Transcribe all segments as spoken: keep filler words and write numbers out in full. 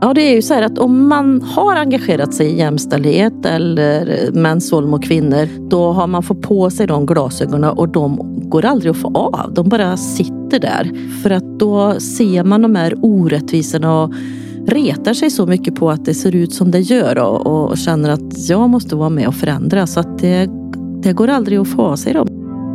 Ja, det är ju så här att om man har engagerat sig i jämställdhet eller mäns våld mot kvinnor, då har man fått på sig de glasögonen och de går aldrig att få av. De bara sitter där. För att då ser man de här orättvisorna och retar sig så mycket på att det ser ut som det gör och, och känner att jag måste vara med och förändra. Så att det, det går aldrig att få av sig dem.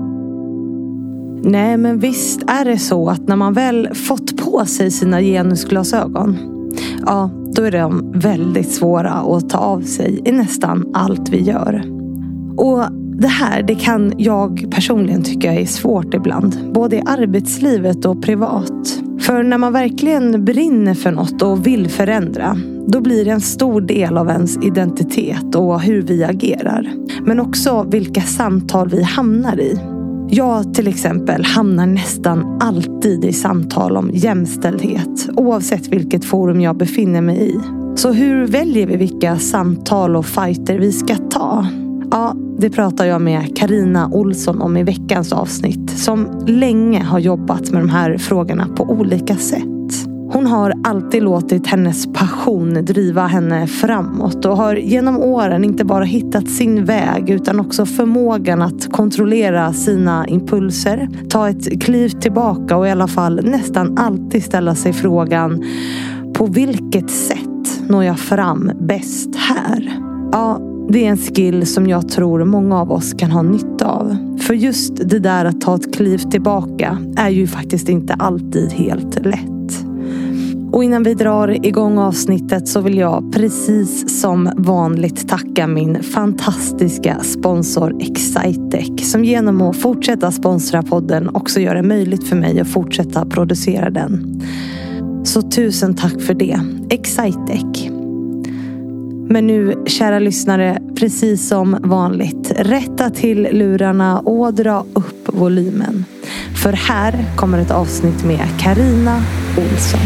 Nej, men visst är det så att när man väl fått på sig sina genusglasögon, ja, då är de väldigt svåra att ta av sig i nästan allt vi gör. Och det här, det kan jag personligen tycka är svårt ibland. Både i arbetslivet och privat. För när man verkligen brinner för något och vill förändra, då blir det en stor del av ens identitet och hur vi agerar. Men också vilka samtal vi hamnar i. Jag till exempel hamnar nästan alltid i samtal om jämställdhet, oavsett vilket forum jag befinner mig i. Så hur väljer vi vilka samtal och fighter vi ska ta? Ja, det pratar jag med Carina Olsson om i veckans avsnitt, som länge har jobbat med de här frågorna på olika sätt. Hon har alltid låtit hennes passion driva henne framåt och har genom åren inte bara hittat sin väg utan också förmågan att kontrollera sina impulser, ta ett kliv tillbaka och i alla fall nästan alltid ställa sig frågan: på vilket sätt når jag fram bäst här? Ja, det är en skill som jag tror många av oss kan ha nytta av. För just det där att ta ett kliv tillbaka är ju faktiskt inte alltid helt lätt. Och innan vi drar igång avsnittet så vill jag precis som vanligt tacka min fantastiska sponsor Excitec, som genom att fortsätta sponsra podden också gör det möjligt för mig att fortsätta producera den. Så tusen tack för det, Excitec. Men nu, kära lyssnare, precis som vanligt, rätta till lurarna och dra upp volymen. För här kommer ett avsnitt med Carina Olsson.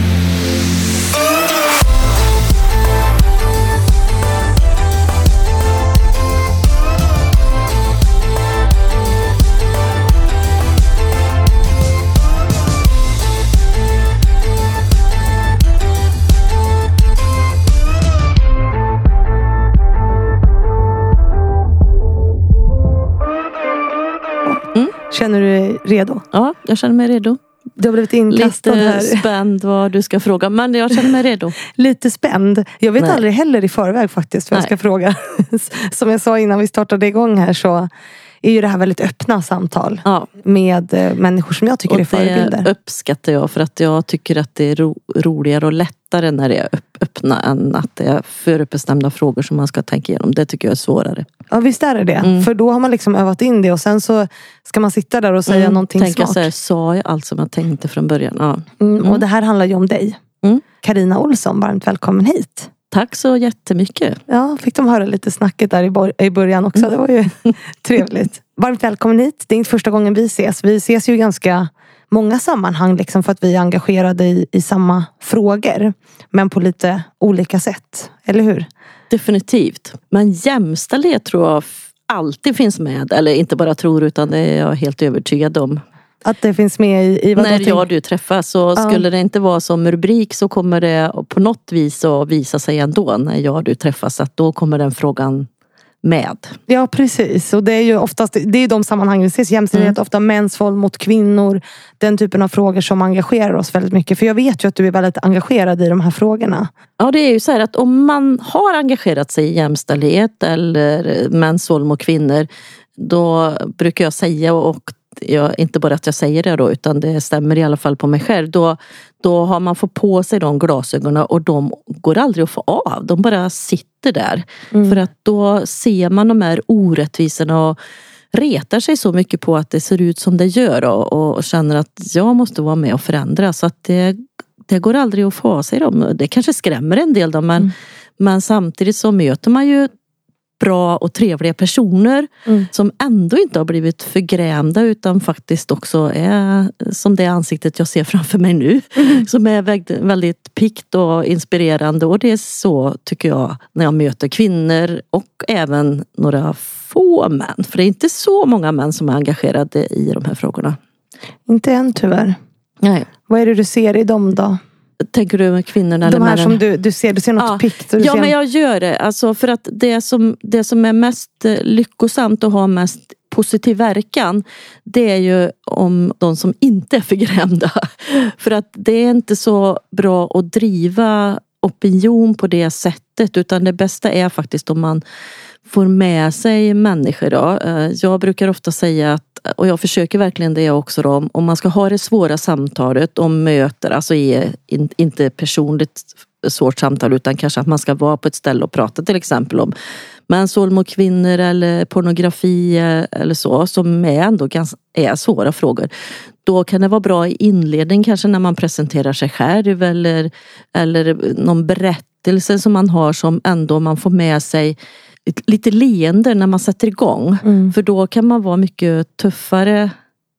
Känner du dig redo? Ja, jag känner mig redo. Du har blivit inkastad Lite här. spänd vad du ska fråga, men jag känner mig redo. Lite spänd. Jag vet Nej. aldrig heller i förväg faktiskt vad jag ska fråga. Som jag sa innan vi startade igång här, så är ju det här väldigt öppna samtal Ja. med eh, människor som jag tycker Och är förebilder. det uppskattar jag, för att jag tycker att det är ro- roligare och lättare när det är upp- öppna än att det är förutbestämda frågor som man ska tänka igenom. Det tycker jag är svårare. Ja, visst är det det. Mm. För då har man liksom övat in det och sen så ska man sitta där och säga Mm, någonting tänka smart. så här, sa jag allt som jag tänkte från början? Ja. Mm, Mm. och det här handlar ju om dig. Mm. Carina Olsson, varmt välkommen hit. Tack så jättemycket. Ja, fick de höra lite snacket där i, bor- i början också. Det var ju trevligt. Varmt välkommen hit. Det är inte första gången vi ses. Vi ses ju i ganska många sammanhang liksom, för att vi är engagerade i, i samma frågor. Men på lite olika sätt. Eller hur? Definitivt. Men jämställdhet tror jag alltid finns med. Eller inte bara tror, utan det är jag helt övertygad om. Att det finns med i, i vad När jag och du träffas, så Ja. skulle det inte vara som rubrik, så kommer det på något vis att visa sig ändå när jag och du träffas, att då kommer den frågan med. Ja, precis. Och det är ju oftast, det är de sammanhang vi ses. Jämställdhet, Mm. ofta mäns våld mot kvinnor. Den typen av frågor som engagerar oss väldigt mycket. För jag vet ju att du är väldigt engagerad i de här frågorna. Ja, det är ju så här att om man har engagerat sig i jämställdhet eller mäns våld mot kvinnor, då brukar jag säga, och jag, inte bara att jag säger det då, utan det stämmer i alla fall på mig själv, då, då har man fått på sig de glasögonen och de går aldrig att få av. De bara sitter där. Mm. För att då ser man de här orättvisorna och retar sig så mycket på att det ser ut som det gör och, och känner att jag måste vara med och förändra. Så att det, det går aldrig att få av sig dem. Det kanske skrämmer en del då, men, mm. men samtidigt så möter man ju bra och trevliga personer mm. som ändå inte har blivit förgrämda, utan faktiskt också är som det ansiktet jag ser framför mig nu. Mm. Som är väldigt, väldigt pikt och inspirerande, och det är så, tycker jag, när jag möter kvinnor och även några få män. För det är inte så många män som är engagerade i de här frågorna. Inte än tyvärr. Nej. Vad är det du ser i dem då? Tänker du med kvinnorna eller de här männen? som du, du ser, du ser något ja. pikt. Ja, ser... men jag gör det. Alltså för att det som, det som är mest lyckosamt och har mest positiv verkan, det är ju om de som inte är förgrämda. För att det är inte så bra att driva opinion på det sättet, utan det bästa är faktiskt om man får med sig människor då. Jag brukar ofta säga att, och jag försöker verkligen det också då, om man ska ha det svåra samtalet om möter, alltså i, in, inte personligt svårt samtal, utan kanske att man ska vara på ett ställe och prata till exempel om mäns våld mot kvinnor eller pornografi eller så, som är ändå ganska är svåra frågor. Då kan det vara bra i inledning kanske när man presenterar sig själv eller, eller någon berättelse som man har som ändå man får med sig lite leende när man sätter igång. Mm. För då kan man vara mycket tuffare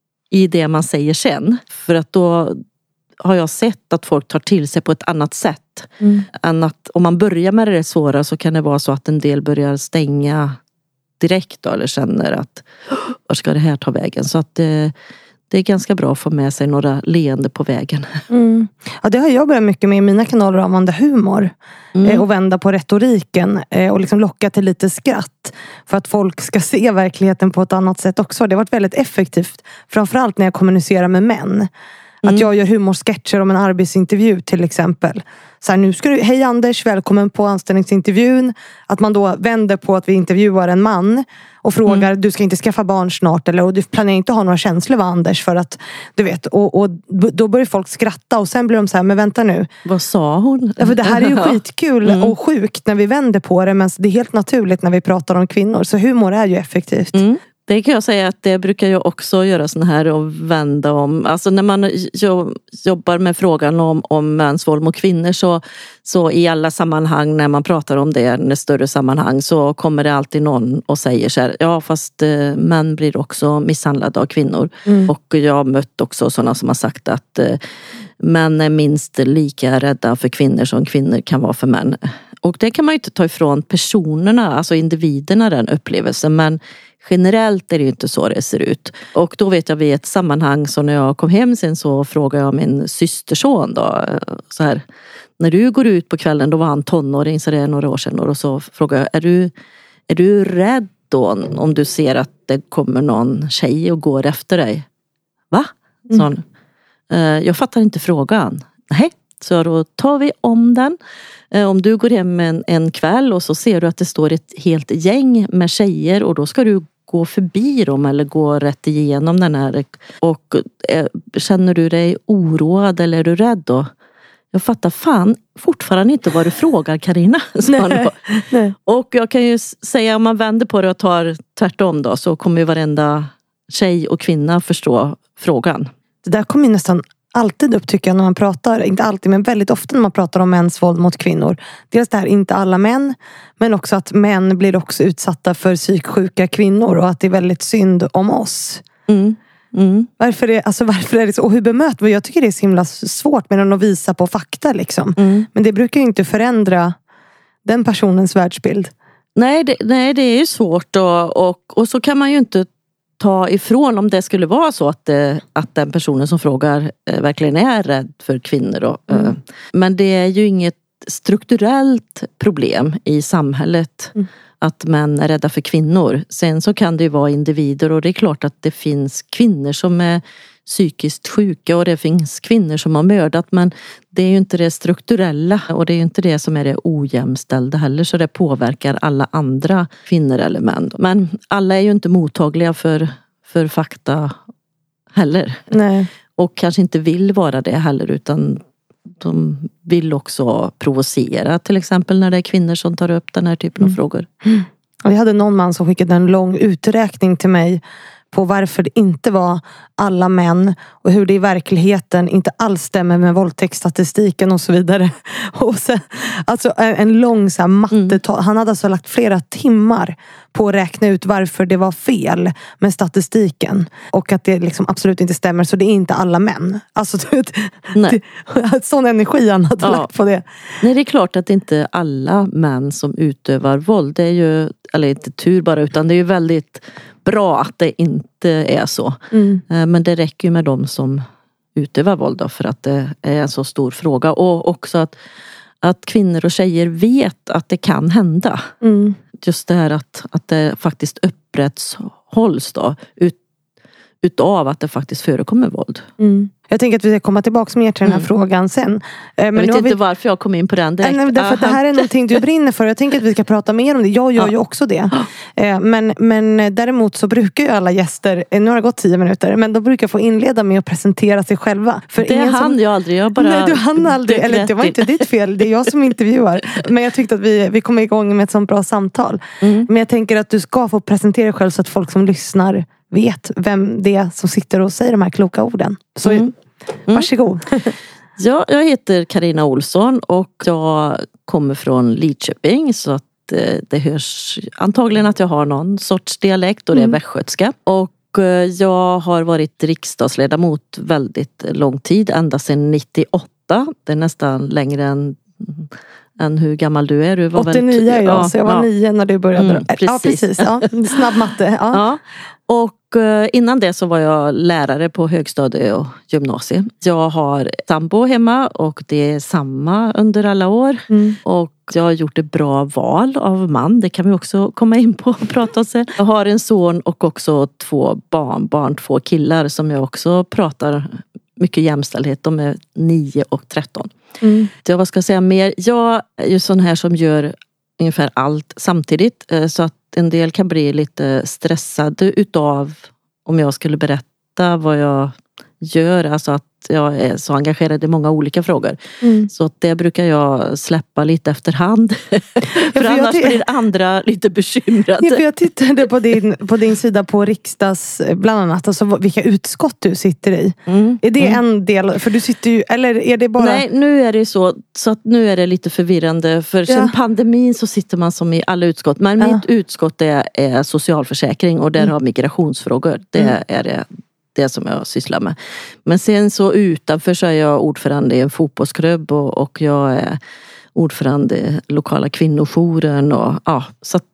i det man säger sen. För att då har jag sett att folk tar till sig på ett annat sätt. Mm. Än att om man börjar med det svåra så kan det vara så att en del börjar stänga direkt då, eller känner att var ska det här ta vägen? Så att det, det är ganska bra att få med sig några leende på vägen. Mm. Ja, det har jag börjat mycket med i mina kanaler, att använda humor. Mm. Eh, och vända på retoriken. Eh, och liksom locka till lite skratt. För att folk ska se verkligheten på ett annat sätt också. Det har varit väldigt effektivt. Framförallt när jag kommunicerar med män. Mm. Att jag gör humorsketcher om en arbetsintervju till exempel. Så här, nu ska du, hej Anders, välkommen på anställningsintervjun. Att man då vänder på att vi intervjuar en man och frågar, mm. du ska inte skaffa barn snart eller, och du planerar inte ha några känslor va Anders, för att du vet, och, och då börjar folk skratta och sen blir de så här, men vänta nu. Vad sa hon? Ja, för det här är ju skitkul mm. och sjukt när vi vänder på det, men det är helt naturligt när vi pratar om kvinnor, så humor är ju effektivt. Mm. Det kan jag säga att det brukar jag också göra sån här och vända om. Alltså när man jobbar med frågan om, om mäns våld mot kvinnor så, så i alla sammanhang när man pratar om det, i större sammanhang, så kommer det alltid någon och säger så här, ja fast eh, män blir också misshandlade av kvinnor. Mm. Och jag har mött också sådana som har sagt att eh, män är minst lika rädda för kvinnor som kvinnor kan vara för män. Och det kan man ju inte ta ifrån personerna, alltså individerna, den upplevelsen, men generellt är det ju inte så det ser ut. Och då vet jag vid ett sammanhang, så när jag kom hem sen så frågade jag min systerson då, så här, när du går ut på kvällen, då var han tonåring, så det är några år sedan, och så frågade jag, är du, är du rädd då om du ser att det kommer någon tjej och går efter dig? Va? Så han, mm. jag fattar inte frågan. Nej, så då tar vi om den. Om du går hem en, en kväll och så ser du att det står ett helt gäng med tjejer och då ska du gå förbi dem eller gå rätt igenom den här. Och eh, känner du dig oroad eller är du rädd då? Jag fattar fan fortfarande inte vad du frågar, Carina. Nej, nej. Och jag kan ju säga, om man vänder på det och tar tvärtom då, så kommer ju varenda tjej och kvinna förstå frågan. Det där kommer ju nästan alltid upp, tycker jag, när man pratar, inte alltid men väldigt ofta när man pratar om mäns våld mot kvinnor. Dels det här, inte alla män, men också att män blir också utsatta för psyksjuka kvinnor och att det är väldigt synd om oss. Mm. Mm. Varför, är, alltså varför är det så? Och hur bemöter vi? Jag tycker det är så himla svårt med att visa på fakta liksom. Mm. Men det brukar ju inte förändra den personens världsbild. Nej, det, nej, det är ju svårt och, och, och så kan man ju inte ta ifrån, om det skulle vara så att, att den personen som frågar eh, verkligen är rädd för kvinnor. Då. Mm. Men det är ju inget strukturellt problem i samhället mm. att män är rädda för kvinnor. Sen så kan det ju vara individer, och det är klart att det finns kvinnor som är psykiskt sjuka och det finns kvinnor som har mördat, men det är ju inte det strukturella och det är ju inte det som är det ojämställda heller, så det påverkar alla andra kvinnor eller män. Men alla är ju inte mottagliga för, för fakta heller. Nej. Och kanske inte vill vara det heller, utan de vill också provocera, till exempel när det är kvinnor som tar upp den här typen mm. av frågor. Mm. Och jag hade någon man som skickade en lång uträkning till mig på varför det inte var alla män och hur det i verkligheten inte alls stämmer med våldtäktsstatistiken och så vidare. Och sen, alltså en lång så här matte, mm. han hade alltså lagt flera timmar på att räkna ut varför det var fel med statistiken och att det liksom absolut inte stämmer, så det är inte alla män. Alltså det, sån energi han hade ja. lagt på det. Nej, det är klart att det inte är alla män som utövar våld. Det är ju, eller inte tur bara, utan det är ju väldigt bra att det inte är så. Mm. Men det räcker ju med dem som utövar våld då, för att det är en så stor fråga. Och också att, att kvinnor och tjejer vet att det kan hända. Mm. Just det här att, att det faktiskt upprätthålls då, ut, utav att det faktiskt förekommer våld. Mm. Jag tänker att vi ska komma tillbaka mer till den här mm. frågan sen. Men jag vet inte vi... varför jag kom in på den direkt. Nej, därför att det här är någonting du brinner för. Jag tänker att vi ska prata mer om det. Jag gör ja. ju också det. Men, men däremot så brukar ju alla gäster, nu har det gått tio minuter, men de brukar få inleda med att presentera sig själva. För det hann som... jag aldrig. Jag bara... Nej, du hann aldrig. Eller det var inte ditt fel. Det är jag som intervjuar. Men jag tyckte att vi, vi kom igång med ett sånt bra samtal. Mm. Men jag tänker att du ska få presentera dig själv så att folk som lyssnar vet vem det är som sitter och säger de här kloka orden. Så mm. varsågod. Ja, jag heter Carina Olsson och jag kommer från Lidköping, så att det hörs antagligen att jag har någon sorts dialekt och det är mm. västgötska. Och jag har varit riksdagsledamot väldigt lång tid, ända sedan nittioåtta. Det är nästan längre än, än hur gammal du är. Du var åttionio är jag, ja, så jag var ja. nio när du började. Mm, precis. Ja, precis. Ja. Snabb matte. Ja. Ja. Och innan det så var jag lärare på högstadie och gymnasie. Jag har sambo hemma och det är samma under alla år. Mm. Och jag har gjort ett bra val av man. Det kan vi också komma in på och prata om sen. Jag har en son och också två barn, barn, två killar som jag också pratar mycket jämställdhet. De är nio och tretton. Mm. Så vad ska jag säga mer? Jag är ju sån här som gör ungefär allt samtidigt. Så att en del kan bli lite stressade utav om jag skulle berätta vad jag gör. Alltså att jag är så engagerad i många olika frågor. Mm. Så att det brukar jag släppa lite efterhand. för, för annars t- blir andra lite bekymrade. Ja, för jag tittade på din, på din sida på riksdags, bland annat, alltså vilka utskott du sitter i. Mm. Är det mm. en del, för du sitter ju, eller är det bara... Nej, nu är det så, så att nu är det lite förvirrande. För sen ja. pandemin så sitter man som i alla utskott. Men ja. mitt utskott är, är socialförsäkring och där mm. har migrationsfrågor. Det mm. är det. Det som jag sysslar med. Men sen så utanför så är jag ordförande i en fotbollsklubb och, och jag är ordförande i lokala kvinnojouren och ja, så att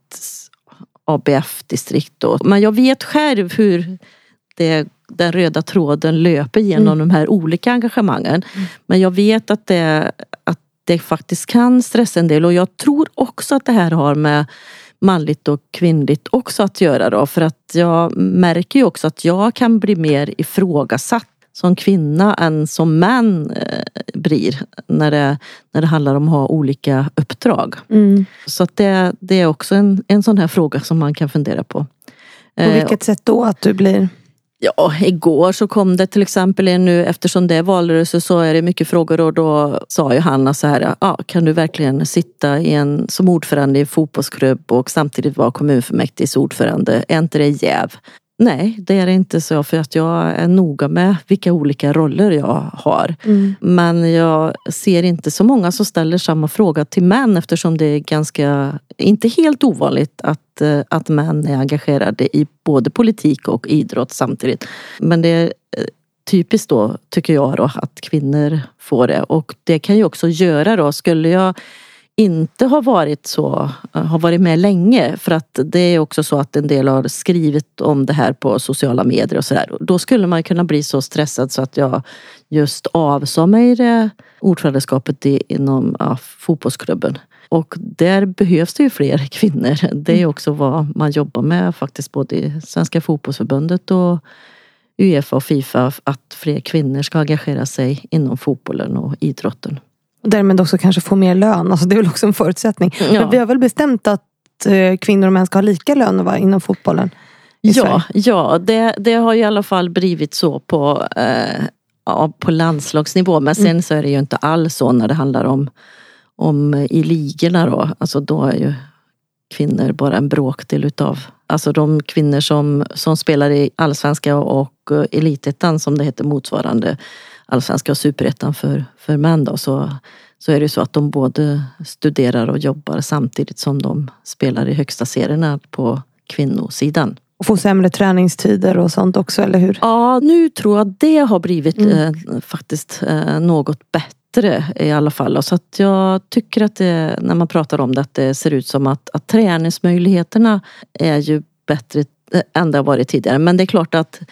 A B F-distrikt då. Men jag vet själv hur det, den röda tråden löper genom mm. de här olika engagemangen. Mm. Men jag vet att det, att det faktiskt kan stressa en del och jag tror också att det här har med manligt och kvinnligt också att göra då. För att jag märker ju också att jag kan bli mer ifrågasatt som kvinna än som män eh, blir. När det, när det handlar om att ha olika uppdrag. Mm. Så att det, det är också en, en sån här fråga som man kan fundera på. På vilket eh, sätt då att du blir... Ja, igår så kom det till exempel en nu, eftersom det är valrörelse så är det mycket frågor och då sa ju Hanna så här, ja, kan du verkligen sitta i en, som ordförande i en fotbollsklubb och samtidigt vara kommunfullmäktiges ordförande? Är inte det jäv? Nej, det är det inte så, för att jag är noga med vilka olika roller jag har. Mm. Men jag ser inte så många som ställer samma fråga till män eftersom det är ganska, inte helt ovanligt att, att män är engagerade i både politik och idrott samtidigt. Men det är typiskt då, tycker jag då, att kvinnor får det. Och det kan ju också göra då, skulle jag inte har varit så, har varit med länge, för att det är också så att en del har skrivit om det här på sociala medier och sådär. Då skulle man kunna bli så stressad så att jag just avsade mig det ordförandeskapet i, inom ja, fotbollsklubben. Och där behövs det ju fler kvinnor. Det är också vad man jobbar med faktiskt både i Svenska fotbollsförbundet och UEFA och FIFA, att fler kvinnor ska engagera sig inom fotbollen och idrotten. Och därmed också kanske få mer lön. Alltså det är väl också en förutsättning. Ja. Men vi har väl bestämt att eh, kvinnor och män ska ha lika lön va, inom fotbollen? Ja, ja det, det har i alla fall blivit så på, eh, ja, på landslagsnivå. Men sen mm. så är det ju inte alls så när det handlar om, om i ligorna då. Alltså då är ju kvinnor bara en bråkdel utav. Alltså de kvinnor som, som spelar i allsvenska och elitettan som det heter motsvarande allsvenska och superettan för, för män då, så, så är det så att de både studerar och jobbar samtidigt som de spelar i högsta serierna på kvinnosidan. Och få sämre träningstider och sånt också, eller hur? Ja, nu tror jag det har blivit mm. eh, faktiskt eh, något bättre i alla fall. Så att jag tycker att det, när man pratar om det, att det ser ut som att, att träningsmöjligheterna är ju bättre än det har varit tidigare. Men det är klart att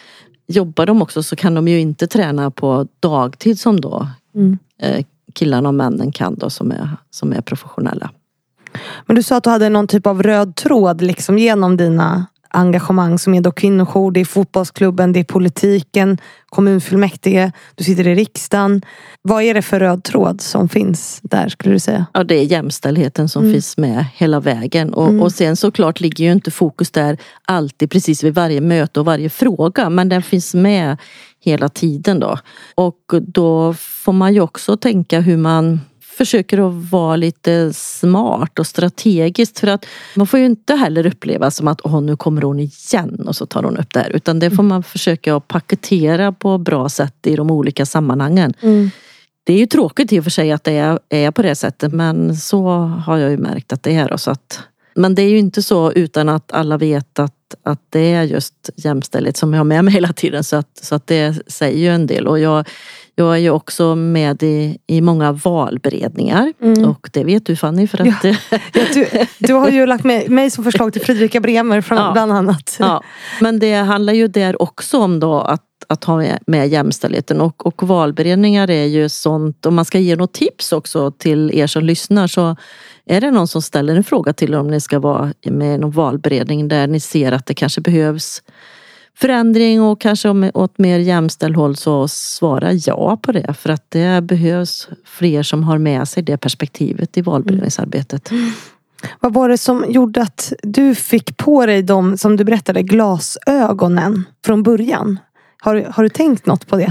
jobbar de också så kan de ju inte träna på dagtid som då mm. eh, killarna och männen kan då som är, som är professionella. Men du sa att du hade någon typ av röd tråd liksom genom dina engagemang som är då kvinnojour, det är fotbollsklubben, det är politiken, kommunfullmäktige, du sitter i riksdagen. Vad är det för röd tråd som finns där skulle du säga? Ja, det är jämställdheten som mm. finns med hela vägen. Och, mm. och sen såklart ligger ju inte fokus där alltid precis vid varje möte och varje fråga, men den finns med hela tiden då. Och då får man ju också tänka hur man försöker att vara lite smart och strategiskt, för att man får ju inte heller uppleva som att åh, nu kommer hon igen och så tar hon upp det här, utan det får man försöka att paketera på bra sätt i de olika sammanhangen. Mm. Det är ju tråkigt i och för sig att det är, är på det sättet, men så har jag ju märkt att det är då, så att, men det är ju inte så utan att alla vet att, att det är just jämställdhet som jag har med mig hela tiden, så att, så att det säger ju en del. Och jag Jag är ju också med i, i många valberedningar. Mm. Och det vet du, Fanny, för att... Ja. Ja, du, du har ju lagt med mig som förslag till Fredrika Bremer från, ja. bland annat. Ja. Men det handlar ju där också om då att, att ha med, med jämställdheten. Och, och valberedningar är ju sånt... Om man ska ge något tips också till er som lyssnar, så är det någon som ställer en fråga till er om ni ska vara med i någon valberedning där ni ser att det kanske behövs förändring och kanske åt mer jämställd håll, så svara ja på det. För att det behövs fler som har med sig det perspektivet i valberedningsarbetet. Mm. Vad var det som gjorde att du fick på dig de, som du berättade, glasögonen från början? Har, har du tänkt något på det?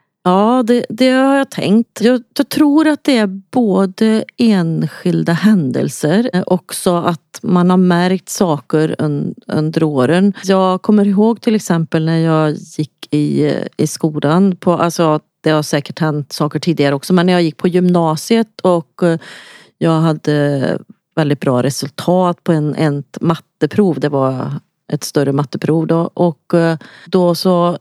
Ja, det, det har jag tänkt. Jag, jag tror att det är både enskilda händelser, också att man har märkt saker un, under åren. Jag kommer ihåg till exempel när jag gick i, i skolan, på, alltså det har säkert hänt saker tidigare också, men när jag gick på gymnasiet och jag hade väldigt bra resultat på en, en matteprov, det var ett större matteprov då, och då så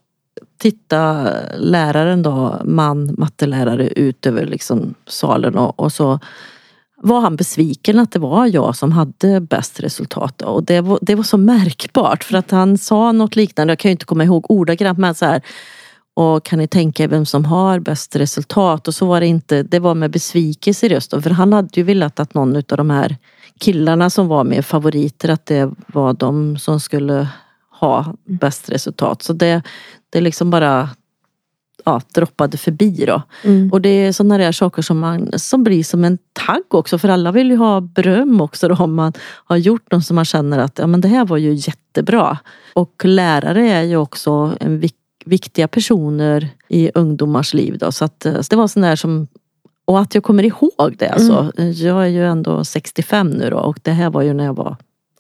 titta läraren då, man, mattelärare, ut över liksom salen och, och så var han besviken att det var jag som hade bäst resultat då. Och det var, det var så märkbart, för att han sa något liknande, jag kan ju inte komma ihåg ordagrant, men så här, och kan ni tänka vem som har bäst resultat? Och så var det inte, det var med besvikelse i rösten, för han hade ju velat att någon av de här killarna som var med favoriter, att det var de som skulle ha bäst resultat. Så det, det liksom bara ja, droppade förbi då. Mm. Och det är sådana där saker som, man, som blir som en tagg också. För alla vill ju ha beröm också då, om man har gjort något som man känner att ja, men det här var ju jättebra. Och lärare är ju också en vik- viktiga personer i ungdomars liv då. Så, att, så det var sån där som, och att jag kommer ihåg det alltså. Mm. Jag är ju ändå sextiofem nu då, och det här var ju när jag var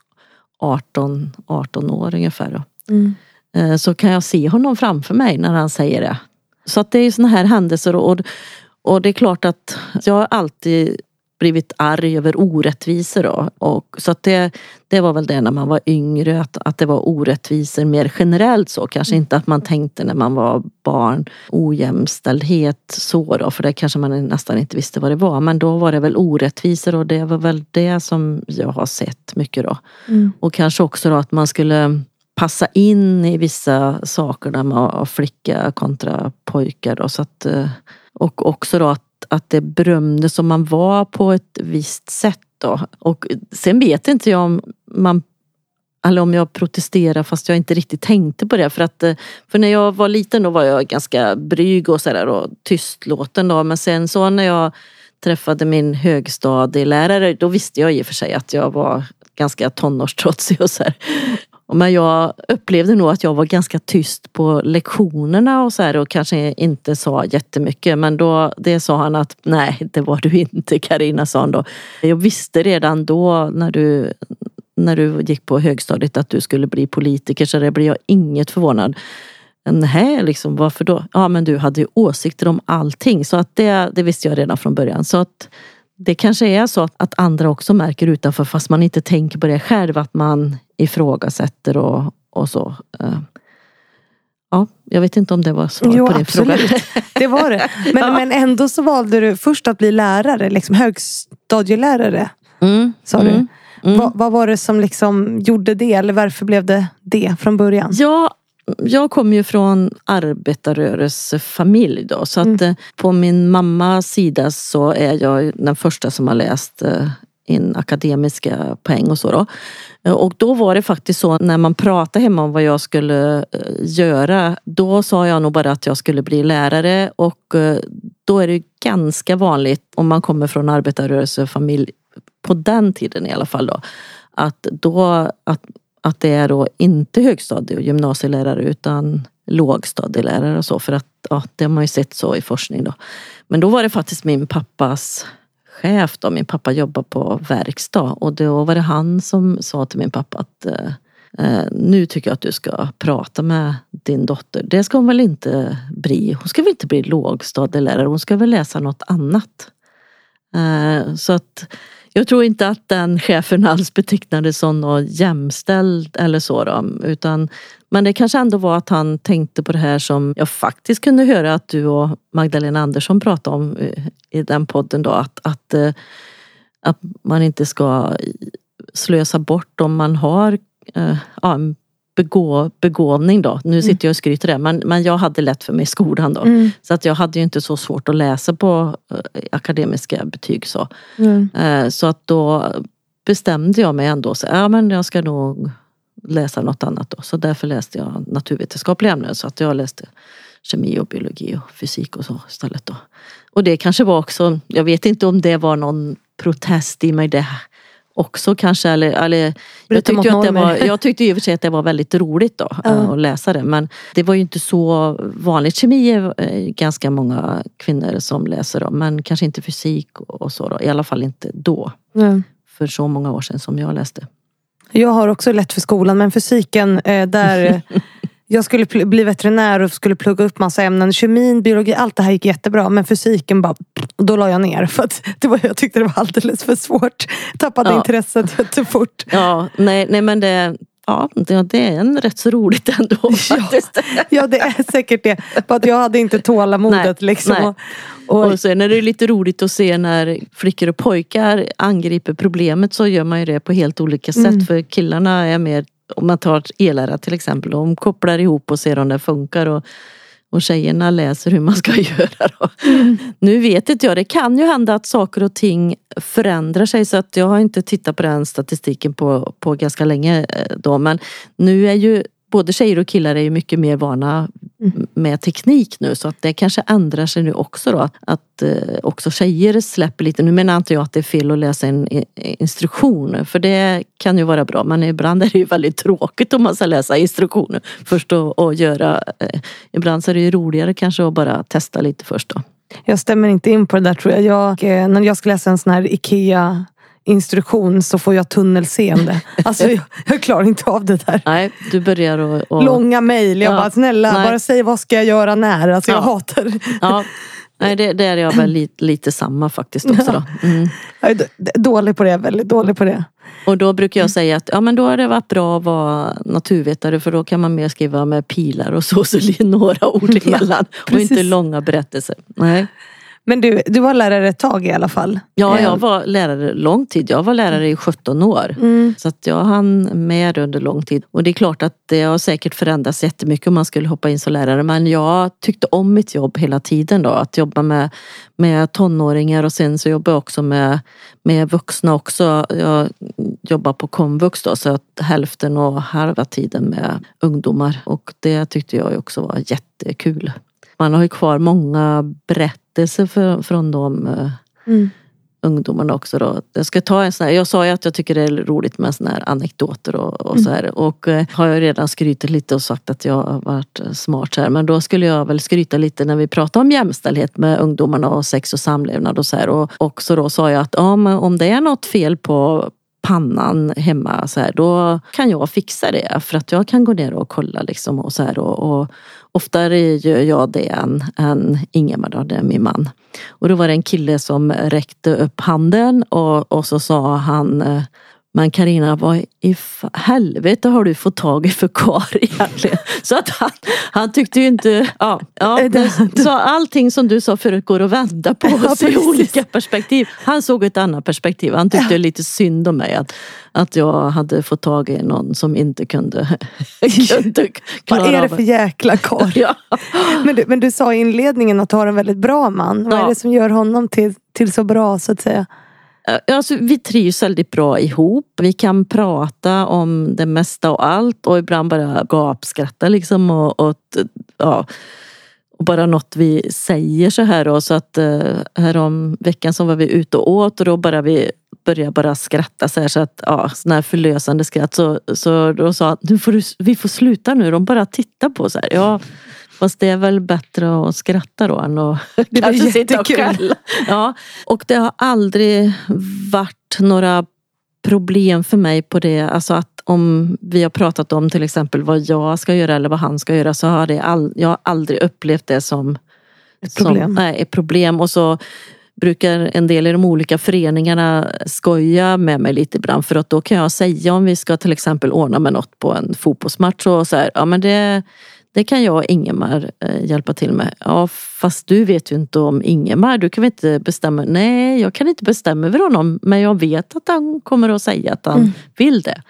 arton, arton år ungefär då. Mm. Så kan jag se honom framför mig när han säger det. Så att det är såna här händelser, och, och det är klart att jag har alltid blivit arg över orättvisor då. Och så att det, det var väl det när man var yngre, att, att det var orättvisor mer generellt så. Kanske inte att man tänkte när man var barn ojämställdhet så då, för det kanske man nästan inte visste vad det var. Men då var det väl orättvisor, och det var väl det som jag har sett mycket då. Mm. Och kanske också då att man skulle passa in i vissa saker när man var flicka kontra pojkar då, så att, och också då att, att det berömde som man var på ett visst sätt då. Och sen vet inte jag om man, eller om jag protesterar fast jag inte riktigt tänkte på det, för att för när jag var liten då var jag ganska bryg och sådär och tystlåten då, men sen så när jag träffade min högstadielärare, då visste jag i och för sig att jag var ganska tonårstrotsig och så här. Men jag upplevde nog att jag var ganska tyst på lektionerna och så här, och kanske inte sa jättemycket. Men då, det sa han att nej, det var du inte, Carina, sa han då. Jag visste redan då när du, när du gick på högstadiet att du skulle bli politiker, så det blev jag inget förvånad. Nej, liksom, varför då? Ja, men du hade ju åsikter om allting, så att det, det visste jag redan från början. Så att det kanske är så att, att andra också märker utanför, fast man inte tänker på det själv, att man ifrågasätter och, och så. Ja, jag vet inte om det var svar jo, på din fråga. Det var det. Men, ja. men ändå så valde du först att bli lärare, liksom högstadielärare. Mm, sa mm, du. Mm. Va, vad var det som liksom gjorde det, eller varför blev det det från början? Ja, jag kommer ju från arbetarrörelsefamilj då. Så att Mm. på min mammas sida så är jag den första som har läst in akademiska poäng och så då. Och då var det faktiskt så när man pratade hemma om vad jag skulle göra. Då sa jag nog bara att jag skulle bli lärare. Och då är det ganska vanligt om man kommer från arbetarrörelsefamilj på den tiden i alla fall då. Att då att, att det är då inte högstadie- och gymnasielärare utan lågstadielärare och så. För att ja, det har man ju sett så i forskning då. Men då var det faktiskt min pappas chef då. Min pappa jobbar på verkstad. Och då var det han som sa till min pappa att eh, nu tycker jag att du ska prata med din dotter. Det ska hon väl inte bli. Hon ska väl inte bli lågstadielärare. Hon ska väl läsa något annat. Eh, så att jag tror inte att den chefen alls betecknade som något jämställd eller så då, utan men det kanske ändå var att han tänkte på det här som jag faktiskt kunde höra att du och Magdalena Andersson pratade om i den podden då, att, att, att man inte ska slösa bort om man har ja, en begå, begåvning då. Nu sitter jag och skryter där, men, men jag hade lätt för mig i skolan då. Mm. Så att jag hade ju inte så svårt att läsa på akademiska betyg så. Mm. Så att då bestämde jag mig ändå så ja men jag ska nog läsa något annat då. Så därför läste jag naturvetenskapliga ämnen, så att jag läste kemi och biologi och fysik och så istället då. Och det kanske var också, jag vet inte om det var någon protest i mig det också kanske, eller, eller jag, tyckte att det var, jag tyckte i och för sig att det var väldigt roligt då uh. att läsa det, men det var ju inte så vanligt. Kemi är ganska många kvinnor som läser då, men kanske inte fysik och så då, i alla fall inte då mm. för så många år sedan som jag läste. Jag har också lätt för skolan, men fysiken där jag skulle pl- bli veterinär och skulle plugga upp massa ämnen. Kemin, biologi, allt det här gick jättebra. Men fysiken bara, då la jag ner. För att det var, jag tyckte det var alldeles för svårt. Tappade ja. intresset jättefort. Ja, nej, nej men det... Ja, det är en rätt så roligt ändå faktiskt. Ja, ja det är säkert det. För att jag hade inte tålamodet nej, liksom. Nej. Och, och sen är det lite roligt att se när flickor och pojkar angriper problemet, så gör man ju det på helt olika sätt. Mm. För killarna är mer, om man tar e-lära till exempel, de kopplar ihop och ser om det funkar, och Och tjejerna läser hur man ska göra då. Mm. Nu vet inte jag, det kan ju hända att saker och ting förändrar sig, så att jag har inte tittat på den statistiken på, på ganska länge då. Men nu är ju både tjejer och killar är ju mycket mer vana mm. med teknik nu, så att det kanske ändrar sig nu också då. Att eh, också tjejer släpper lite. Nu menar inte jag att det är fel att läsa en instruktion, för det kan ju vara bra, men ibland är det ju väldigt tråkigt om man ska läsa instruktioner först och, och göra. Eh, ibland så är det ju roligare kanske att bara testa lite först då. Jag stämmer inte in på det där tror jag. jag eh, när jag ska läsa en sån här Ikea instruktion så får jag tunnelseende. Alltså jag, jag klarar inte av det där. Nej, du börjar och... och... Långa mejl. Jag ja, bara, snälla, nej. bara säg vad ska jag göra när. Alltså ja. jag hatar. Ja. Nej, det, det är jag väl lite, lite samma faktiskt också då. Mm. Jag är dålig på det, väldigt dålig på det. Och då brukar jag säga att ja, men då har det varit bra att vara naturvetare, för då kan man mer skriva med pilar och så, så det är några ord emellan. Ja, och inte långa berättelser. Nej. Men du, du var lärare ett tag i alla fall. Ja, jag var lärare lång tid. Jag var lärare i sjutton år. Mm. Så att jag hann med under lång tid. Och det är klart att det har säkert förändrats jättemycket om man skulle hoppa in som lärare. Men jag tyckte om mitt jobb hela tiden då. Att jobba med, med tonåringar, och sen så jobbar jag också med, med vuxna också. Jag jobbar på komvux då, så att hälften och halva tiden med ungdomar. Och det tyckte jag också var jättekul. Man har ju kvar många berättelser för, från de mm. ungdomarna också då. Jag ska ta en sån här, jag sa ju att jag tycker det är roligt med såna här anekdoter och, och mm. så här. Och eh, har jag redan skrytit lite och sagt att jag har varit smart så här. Men då skulle jag väl skryta lite när vi pratar om jämställdhet med ungdomarna och sex och samlevnad och så här. Och också då sa jag att ja, men om det är något fel på pannan hemma så här, då kan jag fixa det, för att jag kan gå ner och kolla liksom och så här, och, och oftare gör jag det än, än Ingemar då, det är min man. Och då var det en kille som räckte upp handen och, och så sa han, Men Carina, vad i helvete har du fått tag i för kar egentligen? Så att han, han tyckte ju inte... Ja, ja, så allting som du sa förut går att vända på ja, i olika perspektiv. Han såg ett annat perspektiv. Han tyckte ja. lite synd om mig att, att jag hade fått tag i någon som inte kunde, kunde klara vad är det för jäkla kar? Ja. men, du, men du sa i inledningen att du har en väldigt bra man. Vad ja. är det som gör honom till, till så bra, så att säga? Alltså, vi trivs väldigt bra ihop. Vi kan prata om det mesta och allt. Och ibland bara gapskratta liksom. Och, och, ja, och bara något vi säger så här. Och så att här om veckan så var vi ute och åt. Och då bara vi började bara skratta så här. Så att, ja, sån här förlösande skratt. Så, så då sa att nu får du, vi får sluta nu. De bara tittar på så här. Ja. Fast det är väl bättre att skratta då än att det kanske sitta och skälla. Ja, och det har aldrig varit några problem för mig på det. Alltså att om vi har pratat om till exempel vad jag ska göra eller vad han ska göra, så har det all, jag har aldrig upplevt det som ett problem. Som, nej, ett problem. Och så brukar en del i de olika föreningarna skoja med mig lite ibland, för att då kan jag säga om vi ska till exempel ordna med något på en fotbollsmatch och så här, ja men det Det kan jag och Ingemar eh, hjälpa till med. Ja, fast du vet ju inte om Ingemar. Du kan väl inte bestämma. Nej, jag kan inte bestämma över honom. Men jag vet att han kommer att säga att han mm. vill det.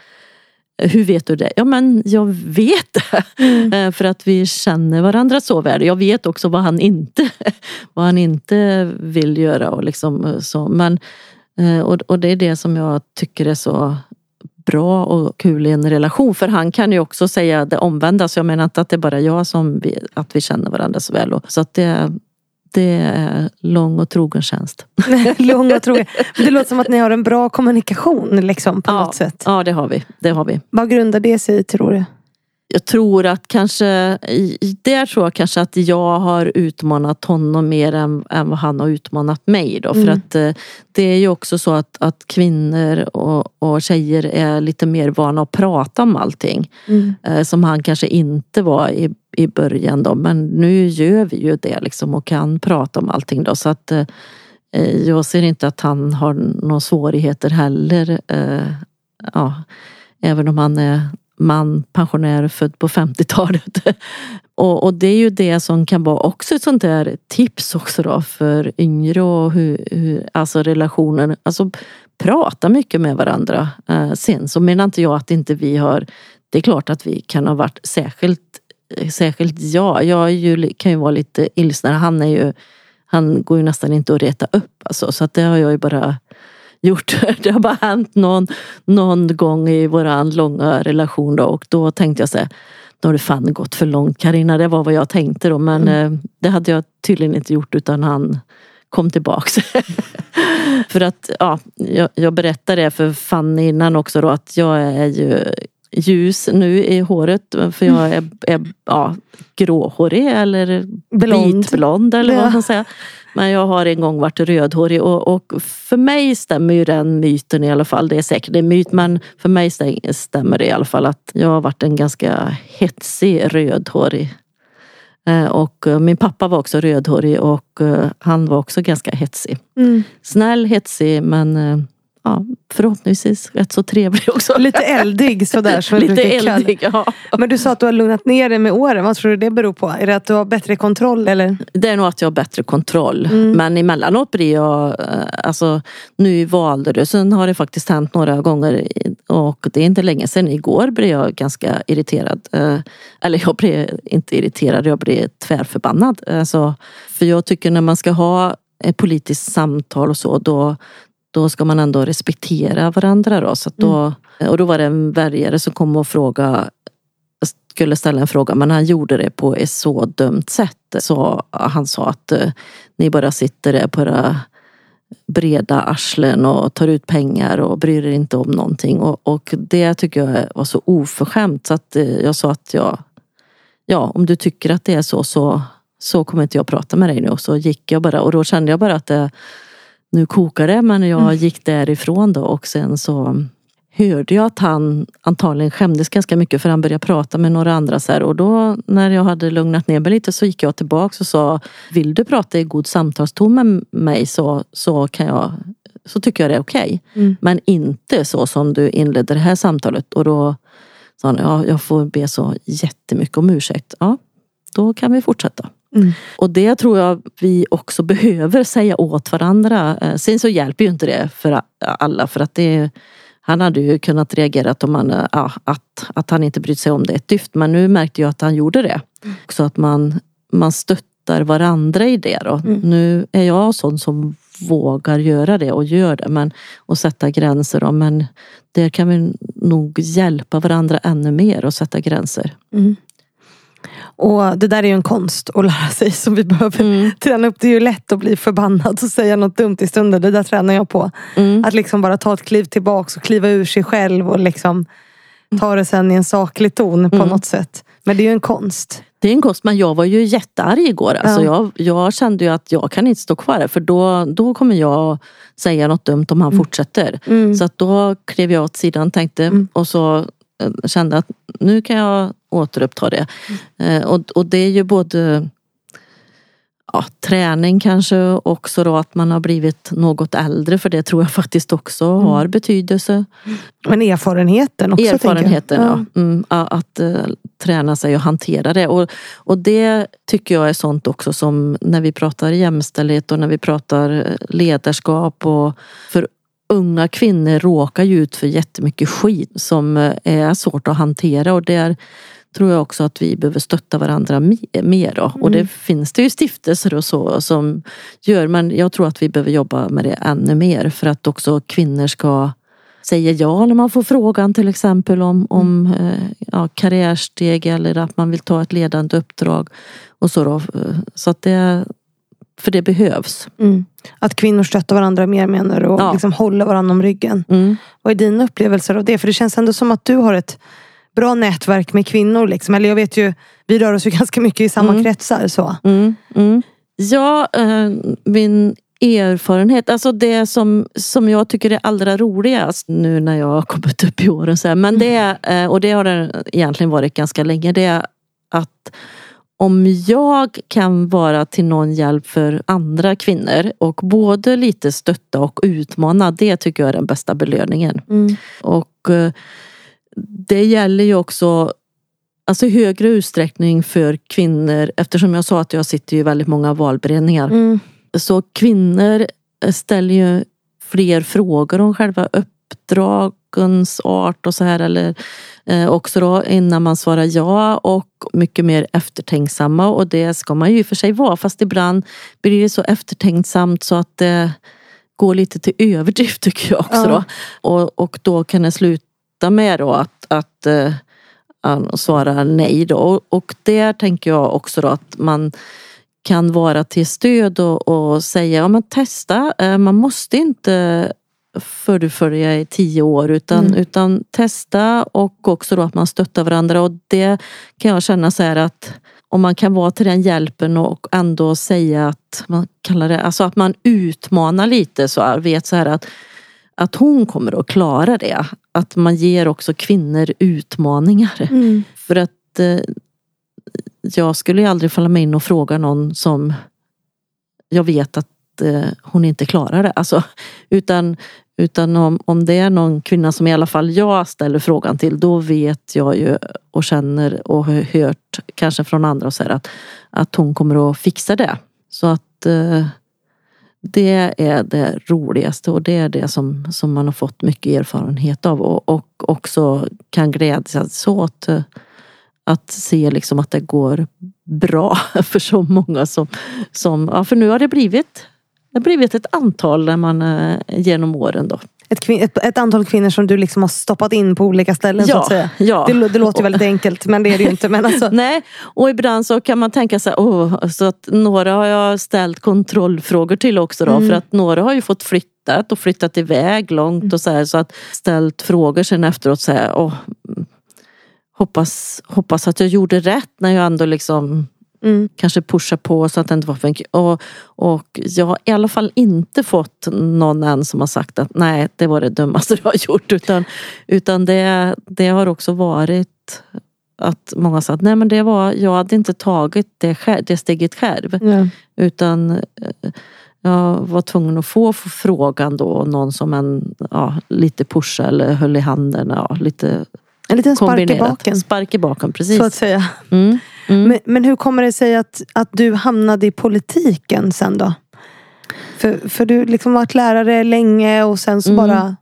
Hur vet du det? Ja, men jag vet det. Mm. För att vi känner varandra så väl. Jag vet också vad han inte, vad han inte vill göra. Och liksom så. Men, och, och det är det som jag tycker är så bra och kul i en relation, för han kan ju också säga det omvända, så jag menar inte att det är bara jag som vi, att vi känner varandra så väl, och, så att det, det är lång och trogen tjänst. Lång och trogen. Det låter som att ni har en bra kommunikation liksom, på ja, något sätt. Ja, det har vi. Det har vi. Vad grundar det sig i, tror du? Jag tror att kanske, där tror jag kanske att jag har utmanat honom mer än, än vad han har utmanat mig då. Mm. För att det är ju också så att, att kvinnor och, och tjejer är lite mer vana att prata om allting. Mm. Som han kanske inte var i, i början då. Men nu gör vi ju det liksom och kan prata om allting då. Så att jag ser inte att han har några svårigheter heller. Ja, även om han är man, pensionär, född på femtiotalet. och, och det är ju det som kan vara också ett sånt där tips också då för yngre, och hur, hur alltså relationer, alltså prata mycket med varandra. Eh, sen så menar inte jag att inte vi har, det är klart att vi kan ha varit särskilt, särskilt ja, jag är ju, kan ju vara lite ilsnare. Han är ju, han går ju nästan inte att reta upp alltså, så att det har jag ju bara gjort. Det har bara hänt någon, någon gång i våran långa relation då, och då tänkte jag så här, då har det fan gått för långt, Carina, det var vad jag tänkte då, men mm. det hade jag tydligen inte gjort, utan han kom tillbaks. För att, ja, jag, jag berättade det för Fanny innan också då, att jag är ju ljus nu i håret, för jag är, är ja, gråhårig eller vitblond eller vad man ska säga. Men jag har en gång varit rödhårig, och, och för mig stämmer ju den myten i alla fall. Det är säkert en myt, men för mig stämmer det i alla fall att jag har varit en ganska hetsig rödhårig. Och min pappa var också rödhårig, och han var också ganska hetsig. Mm. Snäll, hetsig, men ja, förhoppningsvis rätt så trevlig också. Lite eldig sådär. Som Lite eldig, ja. Men du sa att du har lugnat ner dig med åren. Vad tror du det beror på? Är det att du har bättre kontroll eller? Det är nog att jag har bättre kontroll. Mm. Men emellanåt blir jag, alltså nu i valrörelsen har det faktiskt hänt några gånger, och det är inte länge sedan. Igår blev jag ganska irriterad. Eller jag blev inte irriterad, jag blev tvärförbannad. Alltså, för jag tycker när man ska ha ett politiskt samtal och så, då då ska man ändå respektera varandra då. Så att då mm. Och då var det en väljare som kom och fråga, skulle ställa en fråga, men han gjorde det på ett så dumt sätt. Så han sa att eh, ni bara sitter där på era breda arslen och tar ut pengar och bryr er inte om någonting. Och, och det tycker jag var så oförskämt, så att eh, jag sa att jag, ja, om du tycker att det är så, så, så kommer inte jag prata med dig nu. Och så gick jag bara, och då kände jag bara att det nu kokar det, men jag mm. gick därifrån då, och sen så hörde jag att han antagligen skämdes ganska mycket, för han började prata med några andra så här, och då när jag hade lugnat ner mig lite så gick jag tillbaka och sa, vill du prata i god samtalston med mig så, så kan jag så tycker jag det är okej. Okay. Mm. Men inte så som du inledde det här samtalet. Och då sa han, ja, jag får be så jättemycket om ursäkt. Ja, då kan vi fortsätta. Mm. Och det tror jag vi också behöver säga åt varandra. Sen så hjälper ju inte det för alla. För att det, han hade ju kunnat reagera om man, ja, att, att han inte brytt sig om det ett dyft. Men nu märkte jag att han gjorde det. Mm. Så att man, man stöttar varandra i det då. Mm. Nu är jag sån som vågar göra det och gör det. Men, och sätta gränser då. Men där kan vi nog hjälpa varandra ännu mer och sätta gränser. Mm. Och det där är ju en konst att lära sig som vi behöver mm. träna upp. Det är ju lätt att bli förbannad och säga något dumt i stunden. Det där tränar jag på. Mm. Att liksom bara ta ett kliv tillbaka och kliva ur sig själv och liksom ta det sen i en saklig ton på mm. något sätt. Men det är ju en konst. Det är en konst, men jag var ju jättearg igår. Alltså ja. jag, jag kände ju att jag kan inte stå kvar här. För då, då kommer jag säga något dumt om han mm. fortsätter. Mm. Så att då klev jag åt sidan och tänkte mm. och så kände att nu kan jag återuppta det. Mm. Och, och det är ju både ja, träning kanske också då att man har blivit något äldre, för det tror jag faktiskt också mm. har betydelse. Men erfarenheten också. Erfarenheten, ja. ja. Mm, att uh, träna sig och hantera det. Och, och det tycker jag är sånt också som när vi pratar jämställdhet och när vi pratar ledarskap och för unga kvinnor råkar ju ut för jättemycket skit som är svårt att hantera, och där tror jag också att vi behöver stötta varandra mer då. Mm. Och det finns det ju stiftelser och så som gör, men jag tror att vi behöver jobba med det ännu mer för att också kvinnor ska säga ja när man får frågan till exempel om, om ja, karriärsteg eller att man vill ta ett ledande uppdrag och så då. Så att det, för det behövs. Mm. Att kvinnor stöttar varandra mer menar och ja. liksom håller varandra om ryggen. Mm. Vad är dina upplevelser av det? För det känns ändå som att du har ett bra nätverk med kvinnor liksom. Eller jag vet ju, vi rör oss ju ganska mycket i samma mm. kretsar så. Mm. Mm. Ja, äh, min erfarenhet, alltså det som, som jag tycker är allra roligast nu när jag har kommit upp i åren så här, men det är, och det har det egentligen varit ganska länge, det är att om jag kan vara till någon hjälp för andra kvinnor och både lite stötta och utmana, det tycker jag är den bästa belöningen. Mm. Och det gäller ju också alltså i högre utsträckning för kvinnor, eftersom jag sa att jag sitter i väldigt många valberedningar. Mm. Så kvinnor ställer ju fler frågor om själva uppdragens art och så här, eller eh, också då innan man svarar ja, och mycket mer eftertänksamma, och det ska man ju i och för sig vara, fast ibland blir det så eftertänksamt så att det går lite till överdrift tycker jag också ja. då. Och, och då kan det sluta med då att, att eh, svara nej då, och, och där tänker jag också då att man kan vara till stöd och, och säga, ja men testa, man måste inte fullfölja i tio år utan, mm. utan testa, och också då att man stöttar varandra, och det kan jag känna så här att om man kan vara till den hjälpen och ändå säga att man kallar det, alltså att man utmanar lite så här, vet så här att att hon kommer att klara det, att man ger också kvinnor utmaningar mm. för att eh, jag skulle ju aldrig falla mig in och fråga någon som jag vet att eh, hon inte klarar det. Alltså, utan utan om, om det är någon kvinna som i alla fall jag ställer frågan till, då vet jag ju och känner och har hört kanske från andra och säger att, att hon kommer att fixa det. Så att eh, det är det roligaste, och det är det som, som man har fått mycket erfarenhet av, och, och också kan glädjas åt att se liksom att det går bra för så många som, som ja, för nu har det blivit det har blivit ett antal när man genom åren då. Ett, kvin- ett, ett antal kvinnor som du liksom har stoppat in på olika ställen ja, så att säga. Ja. Det, det låter ju väldigt enkelt, men det är det ju inte. Men alltså... Nej, och ibland så kan man tänka sig, oh, så att några har jag ställt kontrollfrågor till också då, mm. för att några har ju fått flyttat och flyttat iväg långt mm. och så här, så att ställt frågor sen efteråt så här, oh, hoppas, hoppas att jag gjorde rätt när jag ändå liksom Mm. kanske pusha på så att det inte var för en, och, och jag har i alla fall inte fått någon än som har sagt att nej, det var det dummaste du har gjort, utan, utan det, det har också varit att många har sagt nej, men det var, jag hade inte tagit det, det steget själv mm. utan jag var tvungen att få frågan då. Någon som en ja, lite pusha eller höll i handen. Ja, lite en liten spark i baken. Spark i baken, precis. Så att säga. Mm. Mm. Men, men hur kommer det sig att, att du hamnade i politiken sen då? För, för du liksom varit lärare länge och sen så mm. bara...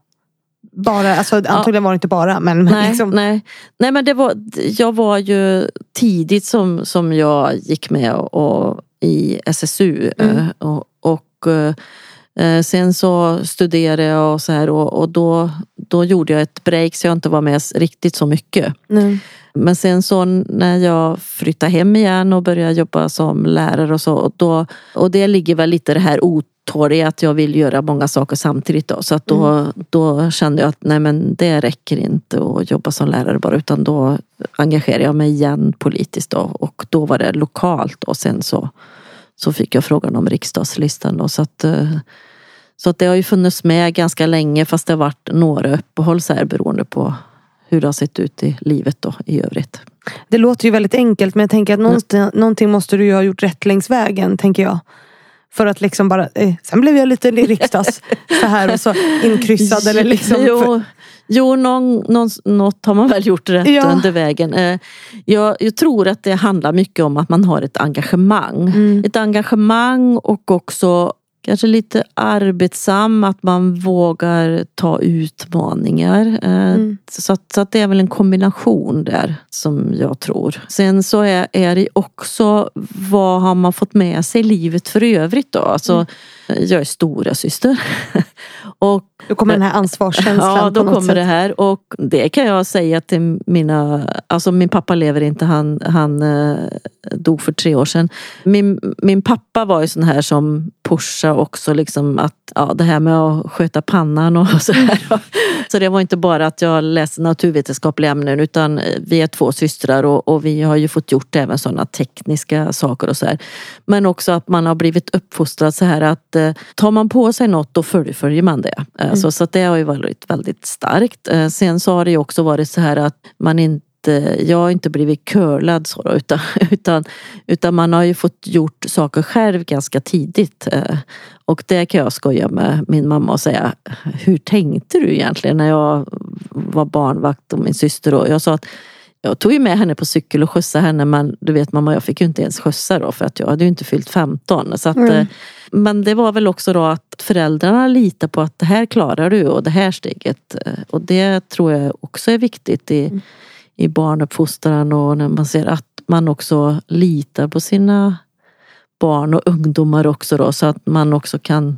Bara, alltså antagligen ja. var det inte bara men, men nej, liksom. nej. nej men det var jag var ju tidigt som, som jag gick med och, och i S S U mm. och, och eh, sen så studerade jag och så här och, och då, då gjorde jag ett break så jag inte var med riktigt så mycket. Mm. Men sen så när jag flyttade hem igen och började jobba som lärare och så och, då, och det ligger väl lite det här ot är att jag vill göra många saker samtidigt då. Så att då, mm. då kände jag att nej men det räcker inte att jobba som lärare bara utan då engagerade jag mig igen politiskt då. Och då var det lokalt och sen så, så fick jag frågan om riksdagslistan då. Så att, så att det har ju funnits med ganska länge fast det har varit några uppehåll så här beroende på hur det har sett ut i livet då i övrigt. Det låter ju väldigt enkelt men jag tänker att någonting, mm. någonting måste du ju ha gjort rätt längs vägen tänker jag. För att liksom bara, eh, sen blev jag lite riksdags så här och så inkryssad eller liksom. Jo, för... jo någon, någon, något har man väl gjort rätt ja. under vägen. Eh, jag, jag tror att det handlar mycket om att man har ett engagemang. Mm. Ett engagemang och också kanske lite arbetsam, att man vågar ta utmaningar. Eh, mm. så, att, så att det är väl en kombination där som jag tror. Sen så är, är det också vad har man fått med sig i livet för övrigt då. Alltså, mm. jag är stora syster. och då kommer den här ansvarskänslan. Ja, då på något kommer sätt. det här. Och det kan jag säga till mina... Alltså min pappa lever inte. Han, han eh, dog för tre år sedan. Min, min pappa var ju sån här som pushade också liksom att ja, det här med att sköta pannan och så här. Så det var inte bara att jag läste naturvetenskapliga ämnen utan vi är två systrar och, och vi har ju fått gjort även sådana tekniska saker och så här. Men också att man har blivit uppfostrad så här att eh, tar man på sig något då följer man det. Mm. Alltså, så att det har ju varit väldigt starkt. Eh, sen så har det ju också varit så här att man inte jag har inte blivit curlad så då, utan, utan, utan man har ju fått gjort saker själv ganska tidigt. Och det kan jag skoja med min mamma och säga, hur tänkte du egentligen när jag var barnvakt och min syster? Och jag sa att jag tog ju med henne på cykel och skjutsade henne, men du vet mamma, jag fick ju inte ens skjutsa då för att jag hade ju inte fyllt femton. Så att, mm. Men det var väl också då att föräldrarna litar på att det här klarar du och det här steget. Och det tror jag också är viktigt i mm. i barnuppfostran och när man ser att man också litar på sina barn och ungdomar också då så att man också kan